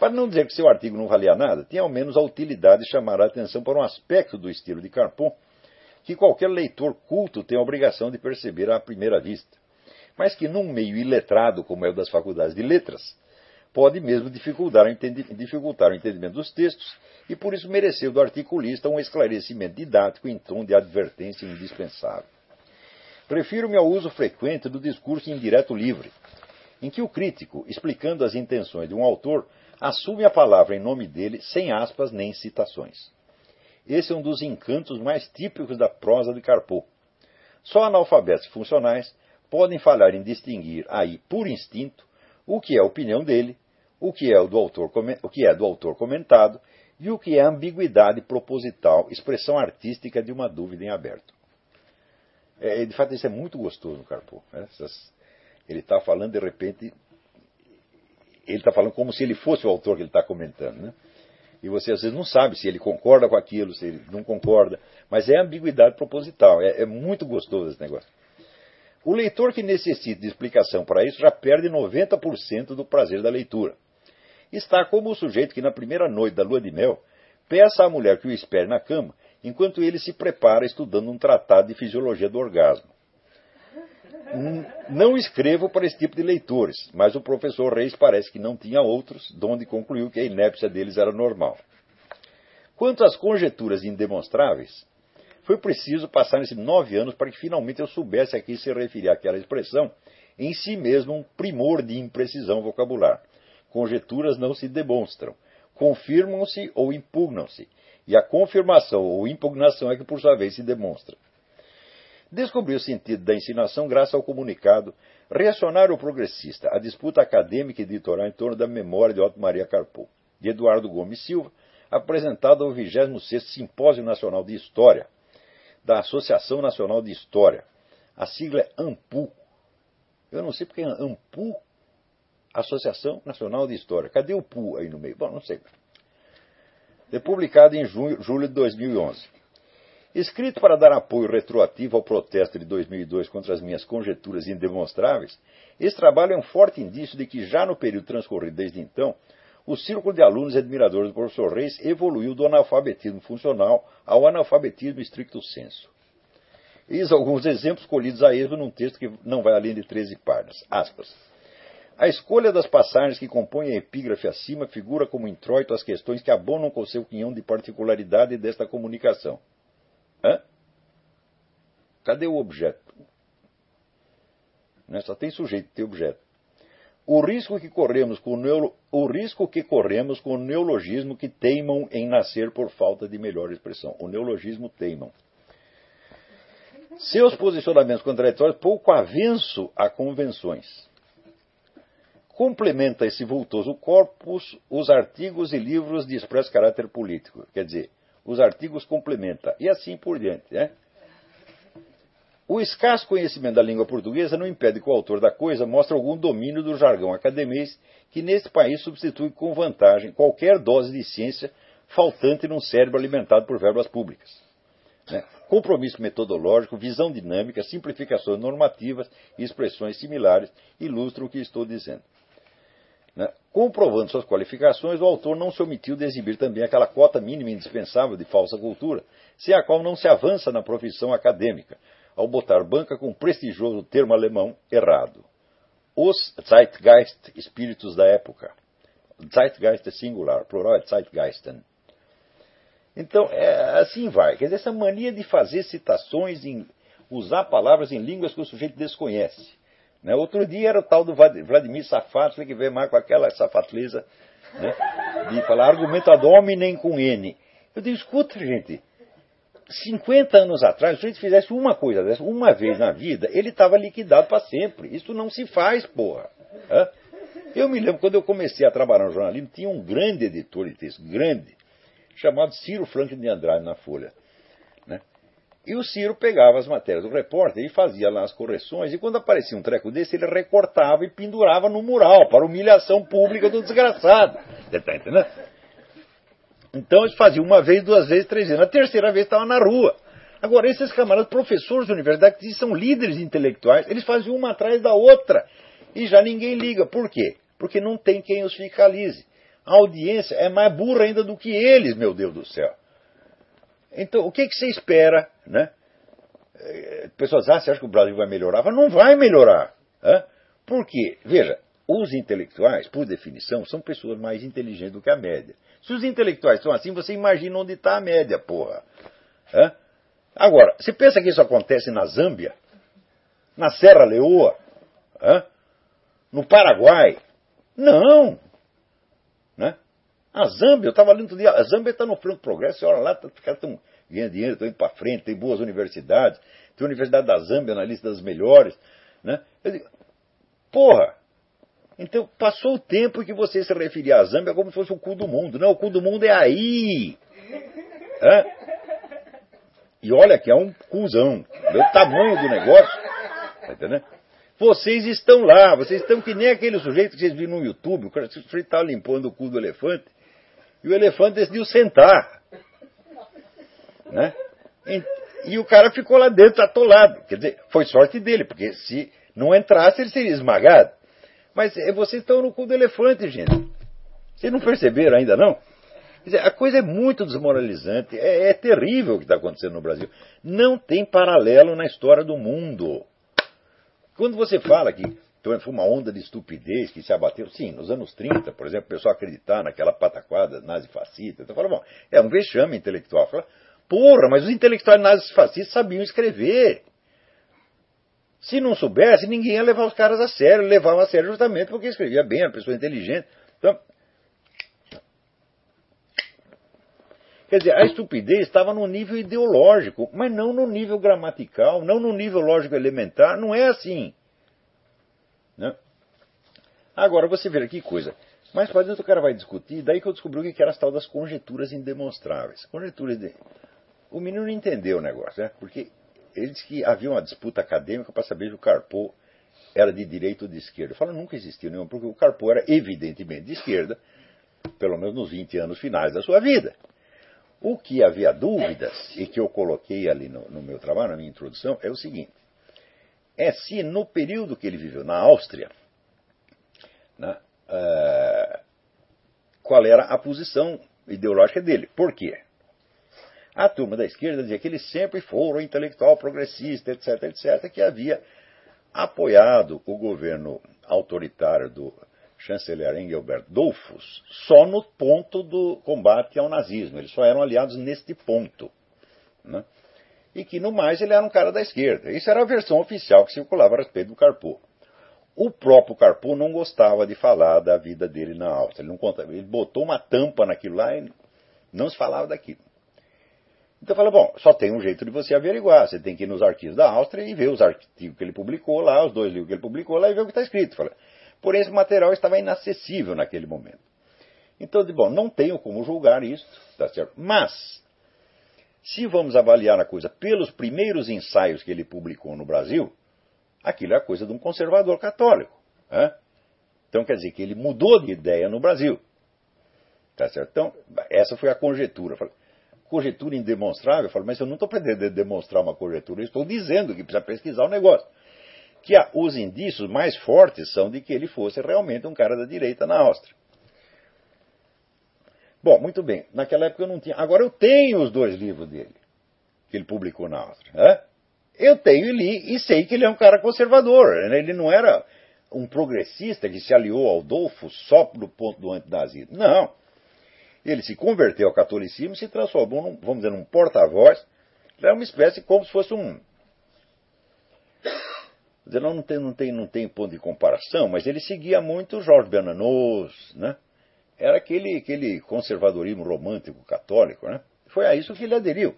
Para não dizer que seu artigo não valia nada, tinha ao menos a utilidade de chamar a atenção para um aspecto do estilo de Carpon que qualquer leitor culto tem a obrigação de perceber à primeira vista, mas que num meio iletrado como é o das faculdades de letras, pode mesmo dificultar o, entendi- dificultar o entendimento dos textos e por isso mereceu do articulista um esclarecimento didático em tom de advertência indispensável. Refiro-me ao uso frequente do discurso indireto livre, em que o crítico, explicando as intenções de um autor, assume a palavra em nome dele sem aspas nem citações. Esse é um dos encantos mais típicos da prosa de Carpon. Só analfabetos funcionais podem falhar em distinguir aí, por instinto, o que é a opinião dele, o que é, o do autor, o que é do autor comentado e o que é a ambiguidade proposital, expressão artística de uma dúvida em aberto. É, de fato, isso é muito gostoso no Carpon. Né? Essas, ele está falando, de repente, ele está falando como se ele fosse o autor que ele está comentando. Né? E você, às vezes, não sabe se ele concorda com aquilo, se ele não concorda. Mas é ambiguidade proposital. É, é muito gostoso esse negócio. O leitor que necessita de explicação para isso já perde noventa por cento do prazer da leitura. Está como o sujeito que, na primeira noite da lua de mel, peça à mulher que o espere na cama, enquanto ele se prepara estudando um tratado de fisiologia do orgasmo. Não escrevo para esse tipo de leitores, mas o professor Reis parece que não tinha outros, donde concluiu que a inépcia deles era normal. Quanto às conjecturas indemonstráveis, foi preciso passar-se nove anos para que finalmente eu soubesse a que se referia aquela expressão, em si mesmo um primor de imprecisão vocabular. Conjecturas não se demonstram, confirmam-se ou impugnam-se, e a confirmação ou impugnação é que, por sua vez, se demonstra. Descobri o sentido da ensinação graças ao comunicado Reacionário Progressista, a disputa acadêmica e editorial em torno da memória de Otto Maria Carpon, de Eduardo Gomes Silva, apresentado ao vigésimo sexto Simpósio Nacional de História, da Associação Nacional de História. A sigla é ANPU. Eu não sei porque é ANPU, Associação Nacional de História. Cadê o P U aí no meio? Bom, não sei. É publicado em junho, julho de dois mil e onze. Escrito para dar apoio retroativo ao protesto de dois mil e dois contra as minhas conjecturas indemonstráveis, esse trabalho é um forte indício de que, já no período transcorrido desde então, o círculo de alunos e admiradores do professor Reis evoluiu do analfabetismo funcional ao analfabetismo stricto sensu. Eis alguns exemplos colhidos a esmo num texto que não vai além de treze páginas. Aspas. A escolha das passagens que compõem a epígrafe acima figura como introito as questões que abonam com seu quinhão de particularidade desta comunicação. Hã? Cadê o objeto? Né? Só tem sujeito, tem objeto. O risco que corremos com o, neolo... o risco que corremos com o neologismo que teimam em nascer por falta de melhor expressão. O neologismo teimam. Seus posicionamentos contraditórios pouco avanço a convenções. Complementa esse vultoso corpus os artigos e livros de expresso caráter político. Quer dizer, os artigos complementa, e assim por diante. Né? O escasso conhecimento da língua portuguesa não impede que o autor da coisa mostre algum domínio do jargão academês que neste país substitui com vantagem qualquer dose de ciência faltante num cérebro alimentado por verbas públicas. Né? Compromisso metodológico, visão dinâmica, simplificações normativas e expressões similares ilustram o que estou dizendo. Né? Comprovando suas qualificações, o autor não se omitiu de exibir também aquela cota mínima indispensável de falsa cultura, sem a qual não se avança na profissão acadêmica, ao botar banca com o prestigioso termo alemão errado. Os Zeitgeist, espíritos da época. Zeitgeist é singular, plural é Zeitgeisten. Então, é, assim vai. Quer dizer, essa mania de fazer citações, em, usar palavras em línguas que o sujeito desconhece. Né? Outro dia era o tal do Vladimir Safatli, que veio mais com aquela safatleza, né? De falar argumento ad hominem com N. Eu digo, escuta, gente, cinquenta anos atrás, se o sujeito fizesse uma coisa dessa, uma vez na vida, ele estava liquidado para sempre. Isso não se faz, porra. Hã? Eu me lembro, quando eu comecei a trabalhar no jornalismo, tinha um grande editor de texto, grande, chamado Ciro Franklin de Andrade na Folha. Né? E o Ciro pegava as matérias do repórter e fazia lá as correções, e quando aparecia um treco desse, ele recortava e pendurava no mural, para humilhação pública do desgraçado. Você está entendendo? Então eles faziam uma vez, duas vezes, três vezes. Na terceira vez estava na rua. Agora, esses camaradas, professores de universidade, que são líderes intelectuais, eles faziam uma atrás da outra. E já ninguém liga. Por quê? Porque não tem quem os fiscalize. A audiência é mais burra ainda do que eles, meu Deus do céu. Então, o que, que você espera, né? Pessoas, ah, você acha que o Brasil vai melhorar? Não vai melhorar. Né? Por quê? Veja, os intelectuais, por definição, são pessoas mais inteligentes do que a média. Se os intelectuais são assim, você imagina onde está a média, porra. Né? Agora, você pensa que isso acontece na Zâmbia? Na Serra Leoa? Né? No Paraguai? Não. Né? A Zâmbia, eu estava lendo outro dia, a Zâmbia está no franco progresso, olha lá, os caras estão ganhando dinheiro, estão indo para frente, tem boas universidades, tem a Universidade da Zâmbia na lista das melhores. Né? Eu digo, porra, então passou o tempo que você se referia à Zâmbia como se fosse o cu do mundo. Não, o cu do mundo é aí. É? E olha que é um cuzão, o tamanho do negócio, tá entendendo? Vocês estão lá, vocês estão que nem aquele sujeito que vocês viram no YouTube, o sujeito estava limpando o cu do elefante, e o elefante decidiu sentar. Né? E, e o cara ficou lá dentro atolado. Quer dizer, foi sorte dele, porque se não entrasse ele seria esmagado. Mas é, vocês estão no cu do elefante, gente. Vocês não perceberam ainda, não? Quer dizer, a coisa é muito desmoralizante, é, é terrível o que está acontecendo no Brasil. Não tem paralelo na história do mundo. Quando você fala que foi uma onda de estupidez que se abateu, sim, nos anos trinta, por exemplo, o pessoal acreditar naquela pataquada nazi-fascista, então fala, bom, é um vexame intelectual. Fala, porra, mas os intelectuais nazifascistas sabiam escrever. Se não soubesse, ninguém ia levar os caras a sério, levava a sério justamente porque escrevia bem, era pessoa inteligente. Então, quer dizer, a estupidez estava no nível ideológico, mas não no nível gramatical, não no nível lógico elementar, não é assim. Né? Agora, você vê que coisa. Mais para dentro o cara vai discutir, daí que eu descobri o que eram as tal das conjecturas indemonstráveis. Conjecturas de... O menino não entendeu o negócio, né? Porque ele disse que havia uma disputa acadêmica para saber se o Carpo era de direita ou de esquerda. Eu falo, nunca existiu nenhum, porque o Carpo era evidentemente de esquerda, pelo menos nos vinte anos finais da sua vida. O que havia dúvidas, e que eu coloquei ali no, no meu trabalho, na minha introdução, é o seguinte. É se no período que ele viveu na Áustria, né, uh, qual era a posição ideológica dele. Por quê? A turma da esquerda dizia que eles sempre foram intelectual progressista, etc, etc, que havia apoiado o governo autoritário do chanceler Engelbert Dollfuss só no ponto do combate ao nazismo. Eles só eram aliados neste ponto. Né? E que, no mais, ele era um cara da esquerda. Isso era a versão oficial que circulava a respeito do Carpo. O próprio Carpo não gostava de falar da vida dele na Áustria. Ele, não contava, ele botou uma tampa naquilo lá e não se falava daquilo. Então eu falei, bom, só tem um jeito de você averiguar. Você tem que ir nos arquivos da Áustria e ver os artigos que ele publicou lá, os dois livros que ele publicou lá e ver o que está escrito. Eu falei, porém, esse material estava inacessível naquele momento. Então, de bom, não tenho como julgar isso, tá certo? Mas, se vamos avaliar a coisa pelos primeiros ensaios que ele publicou no Brasil, aquilo é a coisa de um conservador católico. Né? Então, quer dizer que ele mudou de ideia no Brasil. Tá certo? Então, essa foi a conjectura. Eu falei, conjectura indemonstrável? Eu falei, mas eu não estou pretendendo demonstrar uma conjectura, eu estou dizendo que precisa pesquisar o negócio. Que os indícios mais fortes são de que ele fosse realmente um cara da direita na Áustria. Bom, muito bem. Naquela época eu não tinha. Agora eu tenho os dois livros dele, que ele publicou na Áustria. Né? Eu tenho e li, e sei que ele é um cara conservador. Ele não era um progressista que se aliou ao Dollfuss só do ponto do antinazismo. Não. Ele se converteu ao catolicismo e se transformou, num, vamos dizer, num porta-voz. Ele era uma espécie como se fosse um... Não tem, não, tem, não tem ponto de comparação, mas ele seguia muito Georges Bernanos, né? Era aquele, aquele conservadorismo romântico católico, né? Foi a isso que ele aderiu.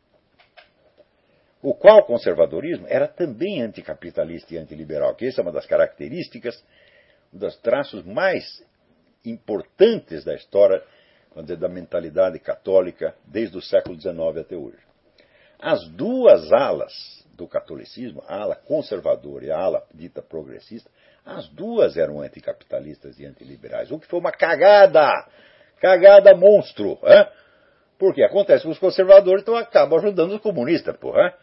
O qual conservadorismo era também anticapitalista e antiliberal, que essa é uma das características, um dos traços mais importantes da história, vamos dizer, da mentalidade católica desde o século dezenove até hoje. As duas alas do catolicismo, a ala conservadora e a ala dita progressista, as duas eram anticapitalistas e antiliberais, o que foi uma cagada, cagada monstro, hein? Porque acontece que os conservadores então acabam ajudando os comunistas, porra.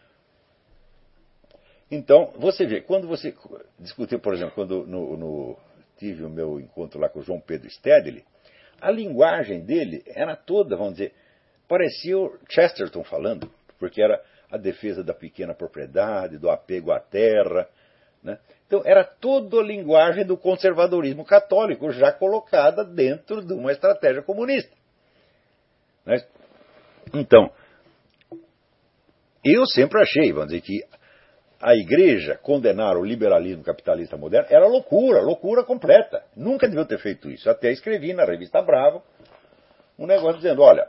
Então, você vê, quando você discutiu, por exemplo, quando no, no, tive o meu encontro lá com o João Pedro Stedley, a linguagem dele era toda, vamos dizer, parecia o Chesterton falando, porque era a defesa da pequena propriedade, do apego à terra, né? Então era toda a linguagem do conservadorismo católico já colocada dentro de uma estratégia comunista, né? Então, eu sempre achei, vamos dizer, que a igreja condenar o liberalismo capitalista moderno era loucura, loucura completa. Nunca deviam ter feito isso. Até escrevi na revista Bravo um negócio dizendo, olha,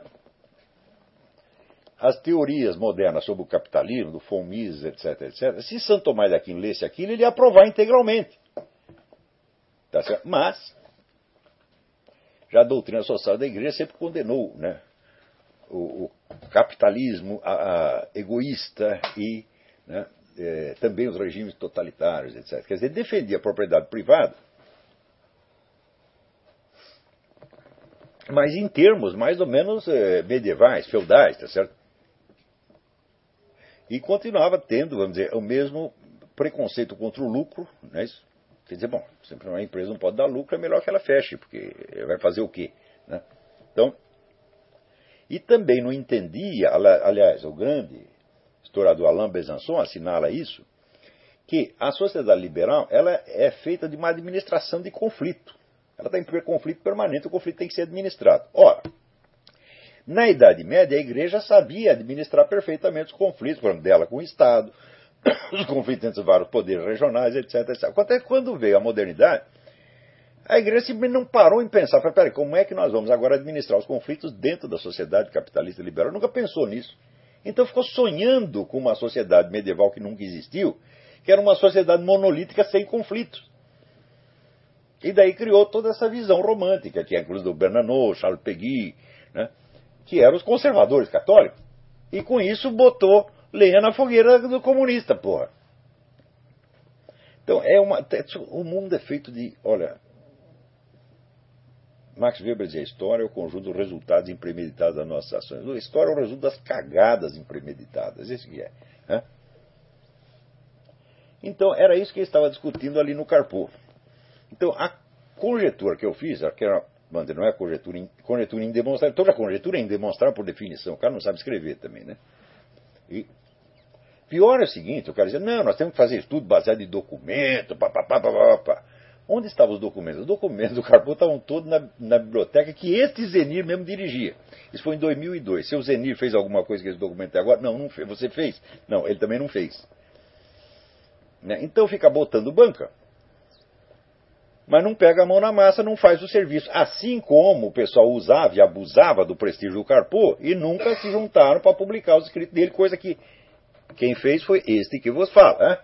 as teorias modernas sobre o capitalismo, do von Mises, etc, etcétera, se Santo Tomás de Aquino lesse aquilo, ele ia aprovar integralmente. Tá certo? Mas, já a doutrina social da igreja sempre condenou, né, o, o capitalismo a, a, egoísta e, né, é, também os regimes totalitários, etcétera. Quer dizer, defendia a propriedade privada, mas em termos mais ou menos é, medievais, feudais, tá certo? E continuava tendo, vamos dizer, o mesmo preconceito contra o lucro, né? Quer dizer, bom, sempre uma empresa não pode dar lucro, é melhor que ela feche, porque vai fazer o quê, né? Então, e também não entendia, aliás, o grande historiador Alain Besançon assinala isso, que a sociedade liberal ela é feita de uma administração de conflito. Ela tem conflito permanente, o conflito tem que ser administrado. Ora, na Idade Média, a igreja sabia administrar perfeitamente os conflitos, por exemplo, dela com o Estado, os conflitos entre os vários poderes regionais, etc, etcétera. Até quando veio a modernidade, a igreja simplesmente não parou em pensar, peraí, como é que nós vamos agora administrar os conflitos dentro da sociedade capitalista liberal? Nunca pensou nisso. Então ficou sonhando com uma sociedade medieval que nunca existiu, que era uma sociedade monolítica sem conflitos. E daí criou toda essa visão romântica, que é inclusive do Bernanos, Charles Péguy, né, que eram os conservadores católicos. E com isso botou lenha na fogueira do comunista, porra. Então, é uma, o mundo é feito de, olha, Max Weber dizia, a história é o conjunto dos resultados impremeditados das nossas ações. A história é o resultado das cagadas impremeditadas, esse que é. Né? Então, era isso que ele estava discutindo ali no Carpo. Então, a conjetura que eu fiz, que era, não é conjetura, conjetura indemonstrável, toda conjetura é indemonstrável por definição, o cara não sabe escrever também, né? E pior é o seguinte, o cara dizia, não, nós temos que fazer estudo baseado em documento, papapá, papapá. Onde estavam os documentos? Os documentos do Carpo estavam todos na, na biblioteca que este Zenir mesmo dirigia. Isso foi em dois mil e dois. Se o Zenir fez alguma coisa com esse documento até agora, não, não fez. Você fez? Não, ele também não fez. Né? Então fica botando banca. Mas não pega a mão na massa, não faz o serviço. Assim como o pessoal usava e abusava do prestígio do Carpo e nunca se juntaram para publicar os escritos dele, coisa que quem fez foi este que vos fala. Né?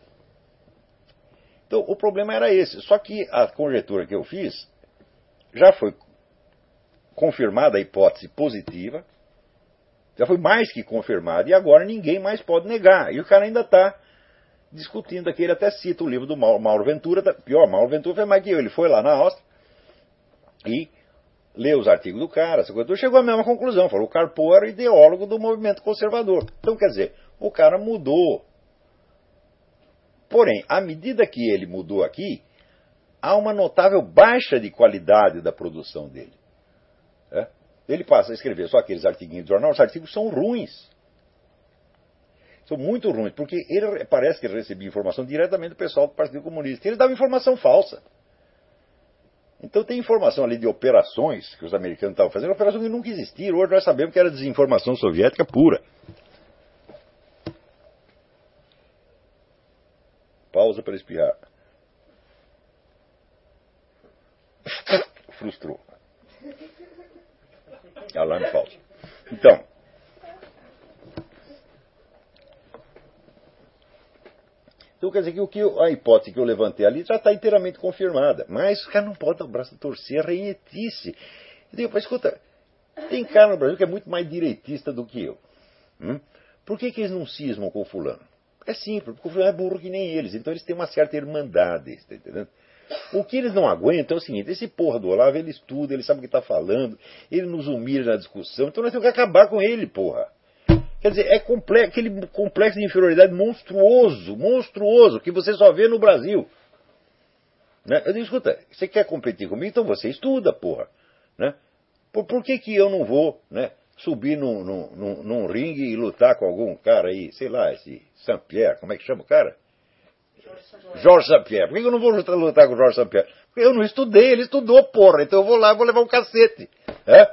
Então, o problema era esse. Só que a conjetura que eu fiz já foi confirmada a hipótese positiva, já foi mais que confirmada, e agora ninguém mais pode negar. E o cara ainda está discutindo aqui, ele até cita o livro do Mauro, Mauro Ventura, tá, pior, Mauro Ventura foi mais que eu, ele foi lá na Áustria e leu os artigos do cara, essa coisa, chegou à mesma conclusão, falou que o Carpo era o ideólogo do movimento conservador. Então, quer dizer, o cara mudou. Porém, à medida que ele mudou aqui, há uma notável baixa de qualidade da produção dele. É? Ele passa a escrever só aqueles artiguinhos do jornal, os artigos são ruins. São muito ruins, porque ele parece que ele recebia informação diretamente do pessoal do Partido Comunista. Ele dava informação falsa. Então tem informação ali de operações que os americanos estavam fazendo, operações que nunca existiram. Hoje nós sabemos que era desinformação soviética pura. Pausa para espirrar. Frustrou. Alarme falso. Então, então quer dizer que, o que eu, a hipótese que eu levantei ali já está inteiramente confirmada. Mas o cara não pode dar o braço a torcer, a reinetice. Eu digo, escuta, tem cara no Brasil que é muito mais direitista do que eu. Hum? Por que, que eles não cismam com o fulano? É simples, porque o fulano é burro que nem eles, então eles têm uma certa irmandade, tá entendendo? O que eles não aguentam é o seguinte, esse porra do Olavo, ele estuda, ele sabe o que está falando, ele nos humilha na discussão, então nós temos que acabar com ele, porra. Quer dizer, é complexo, aquele complexo de inferioridade monstruoso, monstruoso, que você só vê no Brasil. Né? Eu digo, escuta, você quer competir comigo? Então você estuda, porra. Né? Por, por que, que eu não vou, né, subir num, num, num, num ringue e lutar com algum cara aí, sei lá, esse Saint-Pierre, como é que chama o cara? Georges Saint-Pierre. Por que eu não vou lutar, lutar com o Georges Saint-Pierre? Porque eu não estudei, ele estudou, porra. Então eu vou lá e vou levar um cacete. É?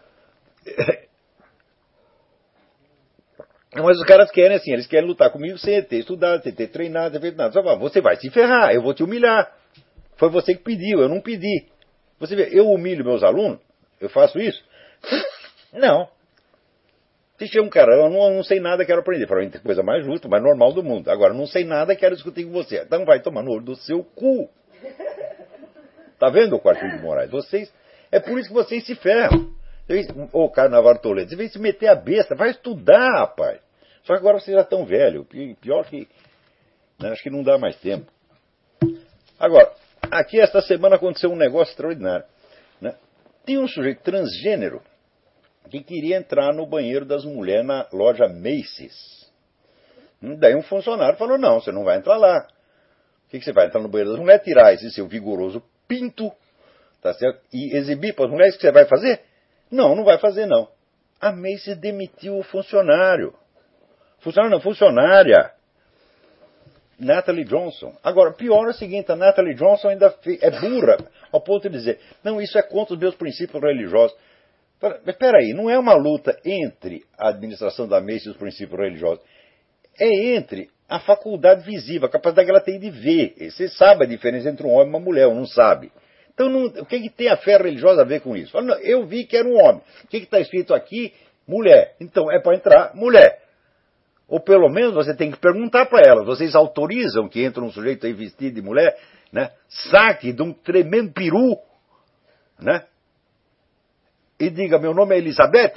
Mas os caras querem assim, eles querem lutar comigo sem ter estudado, sem ter treinado, sem ter feito nada. Só fala, você vai se ferrar, eu vou te humilhar. Foi você que pediu, eu não pedi. Você vê, eu humilho meus alunos? Eu faço isso? Não. Se chega um cara, eu não, não sei nada, quero aprender. Para mim, tem coisa mais justa, mais normal do mundo. Agora, não sei nada, quero discutir com você. Então vai tomar no olho do seu cu. Tá vendo, o Quartinho de Moraes? Vocês, é por isso que vocês se ferram. Ô, oh, Carnaval Toledo, você vem se meter a besta, vai estudar, rapaz. Só que agora vocês já estão velhos. Pior que, né, acho que não dá mais tempo. Agora, aqui esta semana aconteceu um negócio extraordinário. Né? Tem um sujeito transgênero que queria entrar no banheiro das mulheres na loja Macy's. Daí um funcionário falou, não, você não vai entrar lá. O que, que você vai entrar no banheiro das mulheres? Tirar esse seu vigoroso pinto, tá certo? E exibir para as mulheres o que você vai fazer? Não, não vai fazer não. A Macy's demitiu o funcionário. Funcionário não, funcionária. Natalie Johnson. Agora, pior é o seguinte, a Natalie Johnson ainda é burra, ao ponto de dizer, não, isso é contra os meus princípios religiosos. Mas espera aí, não é uma luta entre a administração da Macy's e os princípios religiosos. É entre a faculdade visível, a capacidade que ela tem de ver. Você sabe a diferença entre um homem e uma mulher, ou não sabe? Então, não, o que, que tem a fé religiosa a ver com isso? Fala, não, eu vi que era um homem. O que está escrito aqui? Mulher. Então, é para entrar mulher. Ou pelo menos você tem que perguntar para elas, vocês autorizam que entre um sujeito aí vestido de mulher, né, saque de um tremendo peru, né, e diga, meu nome é Elizabeth?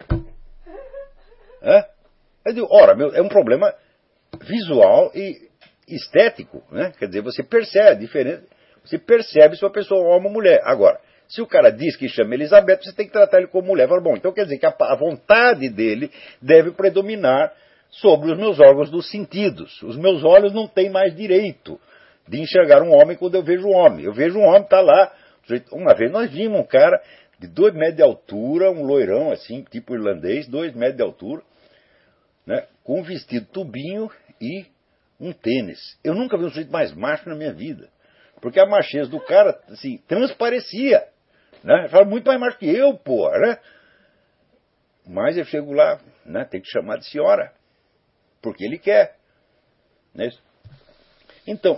É? Eu digo, ora, meu, é um problema visual e estético, né? Quer dizer, você percebe a diferença, você percebe se uma pessoa é homem ou mulher. Agora, se o cara diz que chama Elizabeth, você tem que tratar ele como mulher. Fala, bom, então quer dizer que a, a vontade dele deve predominar sobre os meus órgãos dos sentidos. Os meus olhos não têm mais direito de enxergar um homem quando eu vejo um homem. Eu vejo um homem, está lá. Uma vez nós vimos um cara de dois metros de altura, um loirão assim, tipo irlandês, dois metros de altura, né, com um vestido tubinho e um tênis. Eu nunca vi um sujeito mais macho na minha vida. Porque a macheza do cara, assim, transparecia. Né? Fala muito mais macho que eu, pô, né? Mas eu chego lá, né, tem que chamar de senhora. Porque ele quer. Né? Então,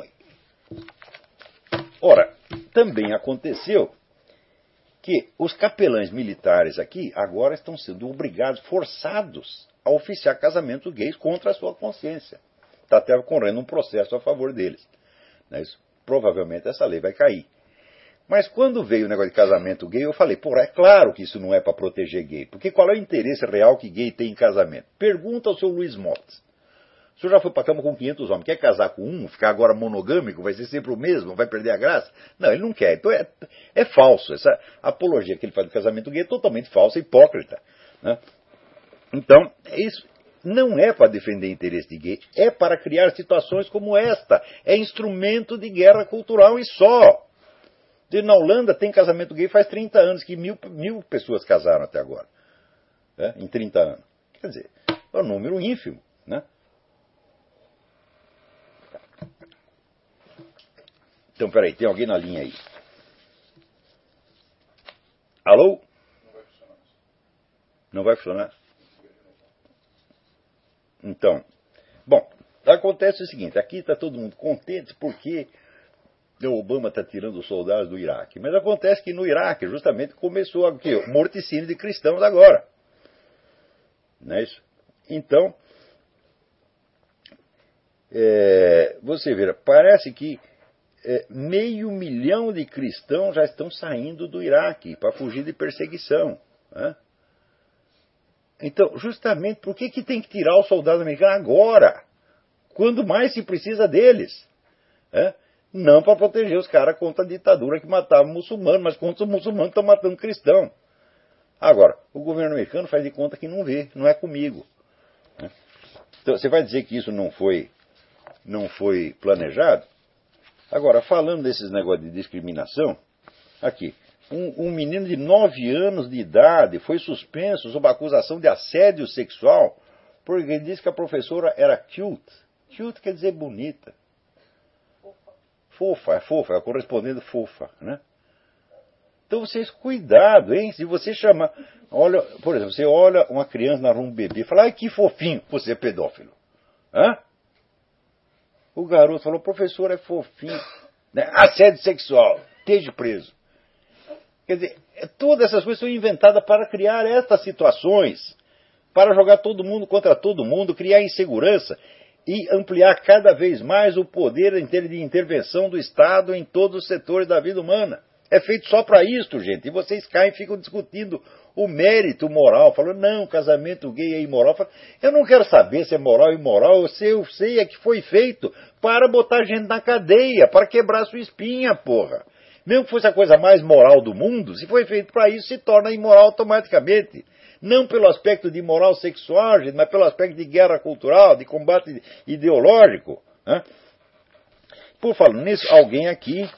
ora, também aconteceu que os capelães militares aqui agora estão sendo obrigados, forçados a oficiar casamentos gays contra a sua consciência. Está até correndo um processo a favor deles. Né? Isso, provavelmente essa lei vai cair. Mas quando veio o negócio de casamento gay, eu falei, porra, é claro que isso não é para proteger gay. Porque qual é o interesse real que gay tem em casamento? Pergunta ao seu Luiz Motes. O senhor já foi para a cama com quinhentos homens, quer casar com um, ficar agora monogâmico, vai ser sempre o mesmo, vai perder a graça? Não, ele não quer. Então é, é falso. Essa apologia que ele faz do casamento gay é totalmente falsa, hipócrita. Né? Então, isso não é para defender interesse de gay, é para criar situações como esta. É instrumento de guerra cultural e só. Na Holanda tem casamento gay faz trinta anos, que mil, mil pessoas casaram até agora. Né? Em trinta anos. Quer dizer, é um número ínfimo. Né? Então, peraí, tem alguém na linha aí? Alô? Não vai funcionar. Não vai funcionar? Então, bom, acontece o seguinte, aqui está todo mundo contente porque o Obama está tirando os soldados do Iraque. Mas acontece que no Iraque, justamente, começou o quê? O morticínio de cristãos agora. Não é isso? Então, é, você vê, parece que é, meio milhão de cristãos já estão saindo do Iraque para fugir de perseguição. Né? Então, justamente, por que, que tem que tirar os soldados americanos agora? Quando mais se precisa deles? Né? Não para proteger os caras contra a ditadura que matava muçulmanos, mas contra os muçulmanos que estão matando cristão. Agora, o governo americano faz de conta que não vê, não é comigo. Né? Então, você vai dizer que isso não foi, não foi planejado? Agora, falando desses negócios de discriminação, aqui, um, um menino de nove anos de idade foi suspenso sob acusação de assédio sexual porque ele disse que a professora era cute. Cute quer dizer bonita. Fofa, é fofa, é a correspondente fofa, né? Então vocês, cuidado, hein? Se você chamar... Olha, por exemplo, você olha uma criança na rua, um bebê, e fala, ai, que fofinho, você é pedófilo. Hã? O garoto falou, professor, é fofinho. Né? Assédio sexual, esteja preso. Quer dizer, todas essas coisas são inventadas para criar estas situações, para jogar todo mundo contra todo mundo, criar insegurança e ampliar cada vez mais o poder de intervenção do Estado em todos os setores da vida humana. É feito só para isso, gente. E vocês caem e ficam discutindo o mérito moral. Falando, não, casamento gay é imoral. Eu não quero saber se é moral ou imoral. Eu sei, eu sei é que foi feito para botar gente na cadeia, para quebrar sua espinha, porra. Mesmo que fosse a coisa mais moral do mundo, se foi feito para isso, se torna imoral automaticamente. Não pelo aspecto de moral sexual, gente, mas pelo aspecto de guerra cultural, de combate ideológico. Né? Por falar nisso, alguém aqui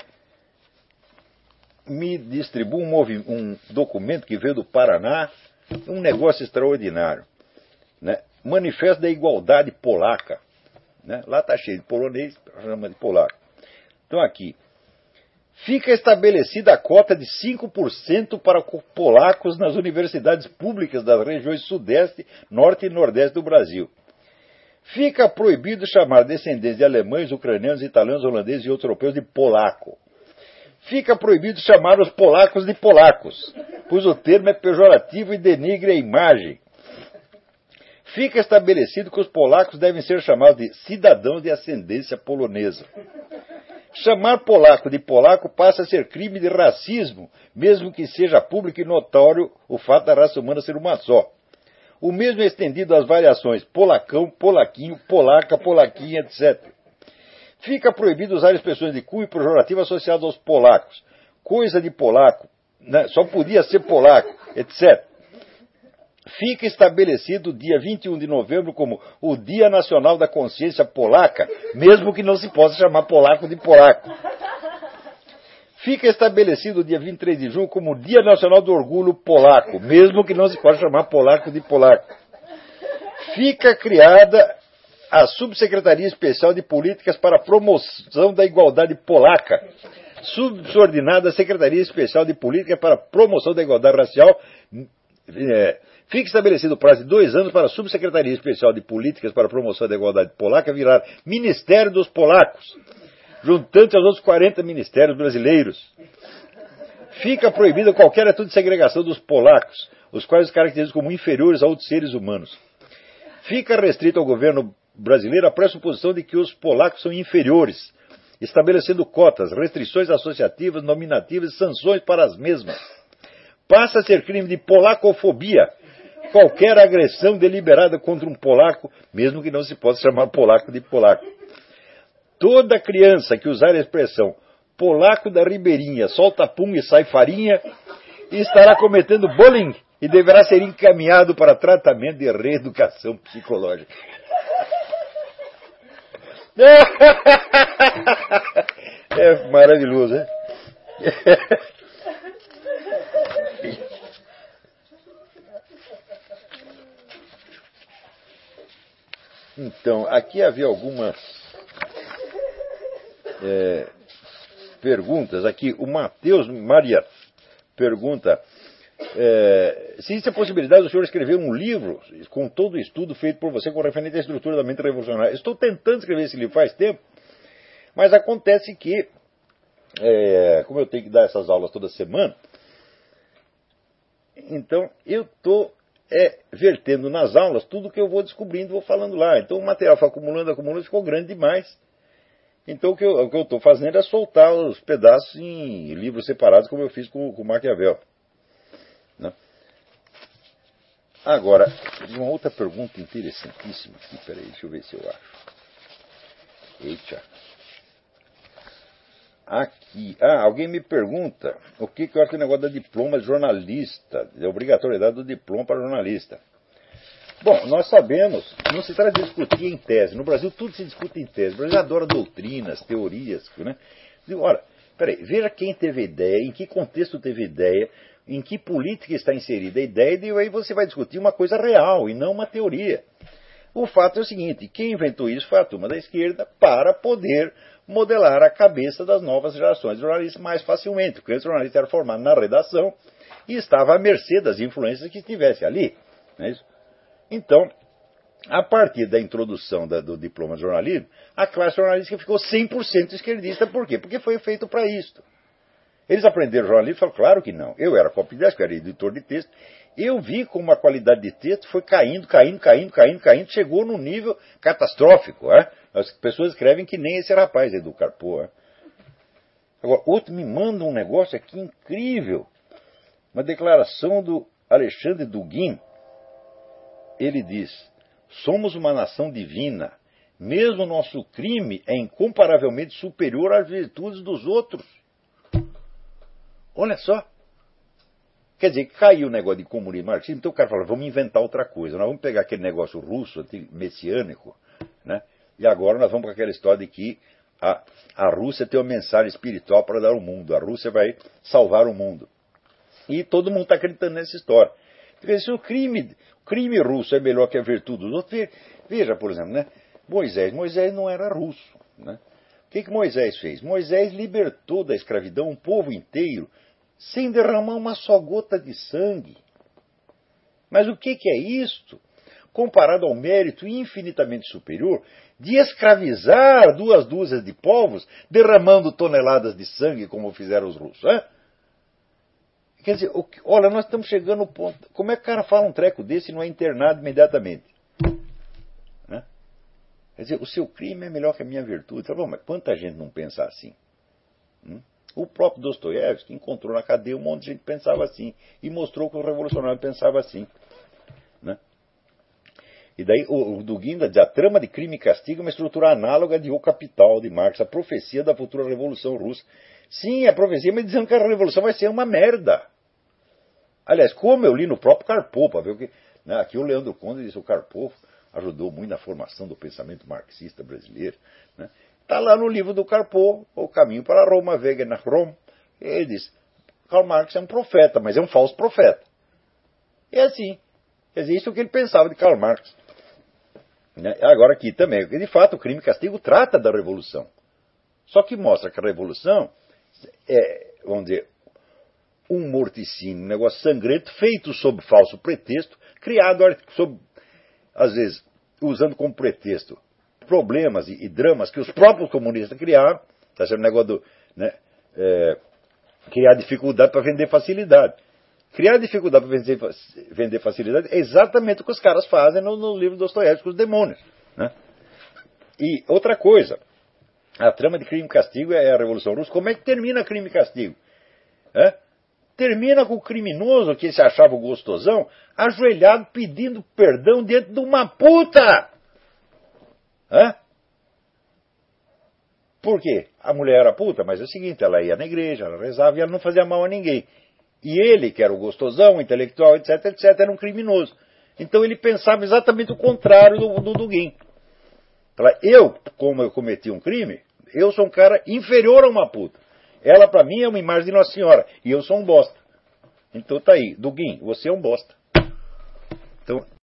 me distribuiu um, um documento que veio do Paraná, um negócio extraordinário. Né? Manifesto da Igualdade Polaca. Né? Lá está cheio de polonês, chama de polaco. Então aqui, fica estabelecida a cota de cinco por cento para polacos nas universidades públicas das regiões Sudeste, Norte e Nordeste do Brasil. Fica proibido chamar descendentes de alemães, ucranianos, italianos, holandeses e outros europeus de polaco. Fica proibido chamar os polacos de polacos, pois o termo é pejorativo e denigre a imagem. Fica estabelecido que os polacos devem ser chamados de cidadãos de ascendência polonesa. Chamar polaco de polaco passa a ser crime de racismo, mesmo que seja público e notório o fato da raça humana ser uma só. O mesmo é estendido às variações polacão, polaquinho, polaca, polaquinha, etcétera. Fica proibido usar expressões de cunho pejorativo associadas aos polacos. Coisa de polaco, né? Só podia ser polaco, etcétera. Fica estabelecido o dia vinte e um de novembro como o Dia Nacional da Consciência Polaca, mesmo que não se possa chamar polaco de polaco. Fica estabelecido o dia vinte e três de junho como o Dia Nacional do Orgulho Polaco, mesmo que não se possa chamar polaco de polaco. Fica criada a Subsecretaria Especial de Políticas para a Promoção da Igualdade Polaca, subordinada à Secretaria Especial de Políticas para a Promoção da Igualdade Racial. É, fica estabelecido o prazo de dois anos para a Subsecretaria Especial de Políticas para a Promoção da Igualdade Polaca virar Ministério dos Polacos, juntando aos outros quarenta ministérios brasileiros. Fica proibida qualquer atitude de segregação dos polacos, os quais os caracterizam como inferiores a outros seres humanos. Fica restrito ao governo brasileiro a pressuposição de que os polacos são inferiores, estabelecendo cotas, restrições associativas, nominativas e sanções para as mesmas. Passa a ser crime de polacofobia qualquer agressão deliberada contra um polaco, mesmo que não se possa chamar polaco de polaco. Toda criança que usar a expressão polaco da ribeirinha, solta pum e sai farinha, estará cometendo bullying e deverá ser encaminhado para tratamento de reeducação psicológica. É maravilhoso, né? Então, aqui havia algumas é, perguntas. Aqui, o Matheus Maria pergunta é, se existe a possibilidade do senhor escrever um livro com todo o estudo feito por você com referente à estrutura da mente revolucionária. Estou tentando escrever esse livro faz tempo, mas acontece que, é, como eu tenho que dar essas aulas toda semana, então eu estou é, vertendo nas aulas tudo que eu vou descobrindo, vou falando lá. Então o material foi acumulando, acumulando, ficou grande demais. Então o que eu estou fazendo é soltar os pedaços em livros separados, como eu fiz com, com Maquiavel. Né? Agora, uma outra pergunta interessantíssima aqui, peraí, deixa eu ver se eu acho. Eita. Aqui, ah, alguém me pergunta o que, que eu acho do negócio da diploma de jornalista, da obrigatoriedade do diploma para jornalista. Bom, nós sabemos, não se trata de discutir em tese. No Brasil tudo se discute em tese. O Brasil adora doutrinas, teorias, né? Ora, Peraí, veja quem teve ideia, em que contexto teve ideia, em que política está inserida a ideia, e aí você vai discutir uma coisa real e não uma teoria. O fato é o seguinte, quem inventou isso foi a turma da esquerda para poder modelar a cabeça das novas gerações de jornalistas mais facilmente, porque esse jornalista era formado na redação e estava à mercê das influências que estivesse ali. Não é isso? Então, a partir da introdução da, do diploma de jornalismo, a classe jornalística ficou cem por cento esquerdista. Por quê? Porque foi feito para isto. Eles aprenderam jornalismo e falaram, claro que não. Eu era copydesk, eu era editor de texto. Eu vi como a qualidade de texto foi caindo, caindo, caindo, caindo, caindo, chegou num nível catastrófico. É? As pessoas escrevem que nem esse rapaz aí do Carpo. É? Agora, outro me manda um negócio aqui incrível. Uma declaração do Alexandre Dugin. Ele diz, somos uma nação divina. Mesmo o nosso crime é incomparavelmente superior às virtudes dos outros. Olha só. Quer dizer, caiu o negócio de comunismo marxismo, então o cara fala, vamos inventar outra coisa. Nós vamos pegar aquele negócio russo, messiânico, né? E agora nós vamos com aquela história de que a, a Rússia tem uma mensagem espiritual para dar ao mundo. A Rússia vai salvar o mundo. E todo mundo está acreditando nessa história. Porque se o crime, o crime russo é melhor que a virtude dos outros, veja, por exemplo, né? Moisés. Moisés não era russo, né? O que, que Moisés fez? Moisés libertou da escravidão um povo inteiro sem derramar uma só gota de sangue. Mas o que, que é isto? Comparado ao mérito infinitamente superior de escravizar duas dúzias de povos derramando toneladas de sangue como fizeram os russos. Hein? Quer dizer, olha, nós estamos chegando ao ponto... Como é que o cara fala um treco desse e não é internado imediatamente? Né? Quer dizer, o seu crime é melhor que a minha virtude. Tá bom, mas quanta gente não pensa assim? Hum? O próprio Dostoiévski encontrou na cadeia um monte de gente que pensava assim e mostrou que o revolucionário pensava assim. Né? E daí o, o Dugin diz, a trama de crime e castigo é uma estrutura análoga de O Capital, de Marx, a profecia da futura Revolução Russa. Sim, a profecia, mas dizendo que a Revolução vai ser uma merda. Aliás, como eu li no próprio Karpov, para ver o que... Né, aqui o Leandro Conde disse que o Karpov ajudou muito na formação do pensamento marxista brasileiro. Né? Está lá no livro do Karpov, O Caminho para Roma, Wege nach Rom. Ele diz, Karl Marx é um profeta, mas é um falso profeta. É assim. Quer dizer, isso é o que ele pensava de Karl Marx. Né? Agora aqui também, de fato, o crime e castigo trata da revolução. Só que mostra que a revolução é, vamos dizer, um morticínio, um negócio sangrento, feito sob falso pretexto, criado, sob, às vezes, usando como pretexto problemas e, e dramas que os próprios comunistas criaram, está sendo um negócio do, né, é, criar dificuldade para vender facilidade. Criar dificuldade para vender, vender facilidade é exatamente o que os caras fazem no, no livro do Dostoiévski, os demônios. Né? E outra coisa, a trama de crime e castigo é a Revolução Russa. Como é que termina crime e castigo? É? Termina com o criminoso, que se achava o gostosão, ajoelhado pedindo perdão dentro de uma puta. É? Por quê? A mulher era puta, mas é o seguinte, ela ia na igreja, ela rezava e ela não fazia mal a ninguém. E ele, que era o gostosão, o intelectual, etc, etc, era um criminoso. Então ele pensava exatamente o contrário do, do Dugin. Eu, como eu cometi um crime, eu sou um cara inferior a uma puta. Ela, para mim, é uma imagem de Nossa Senhora. E eu sou um bosta. Então tá aí. Dugin, você é um bosta. Então,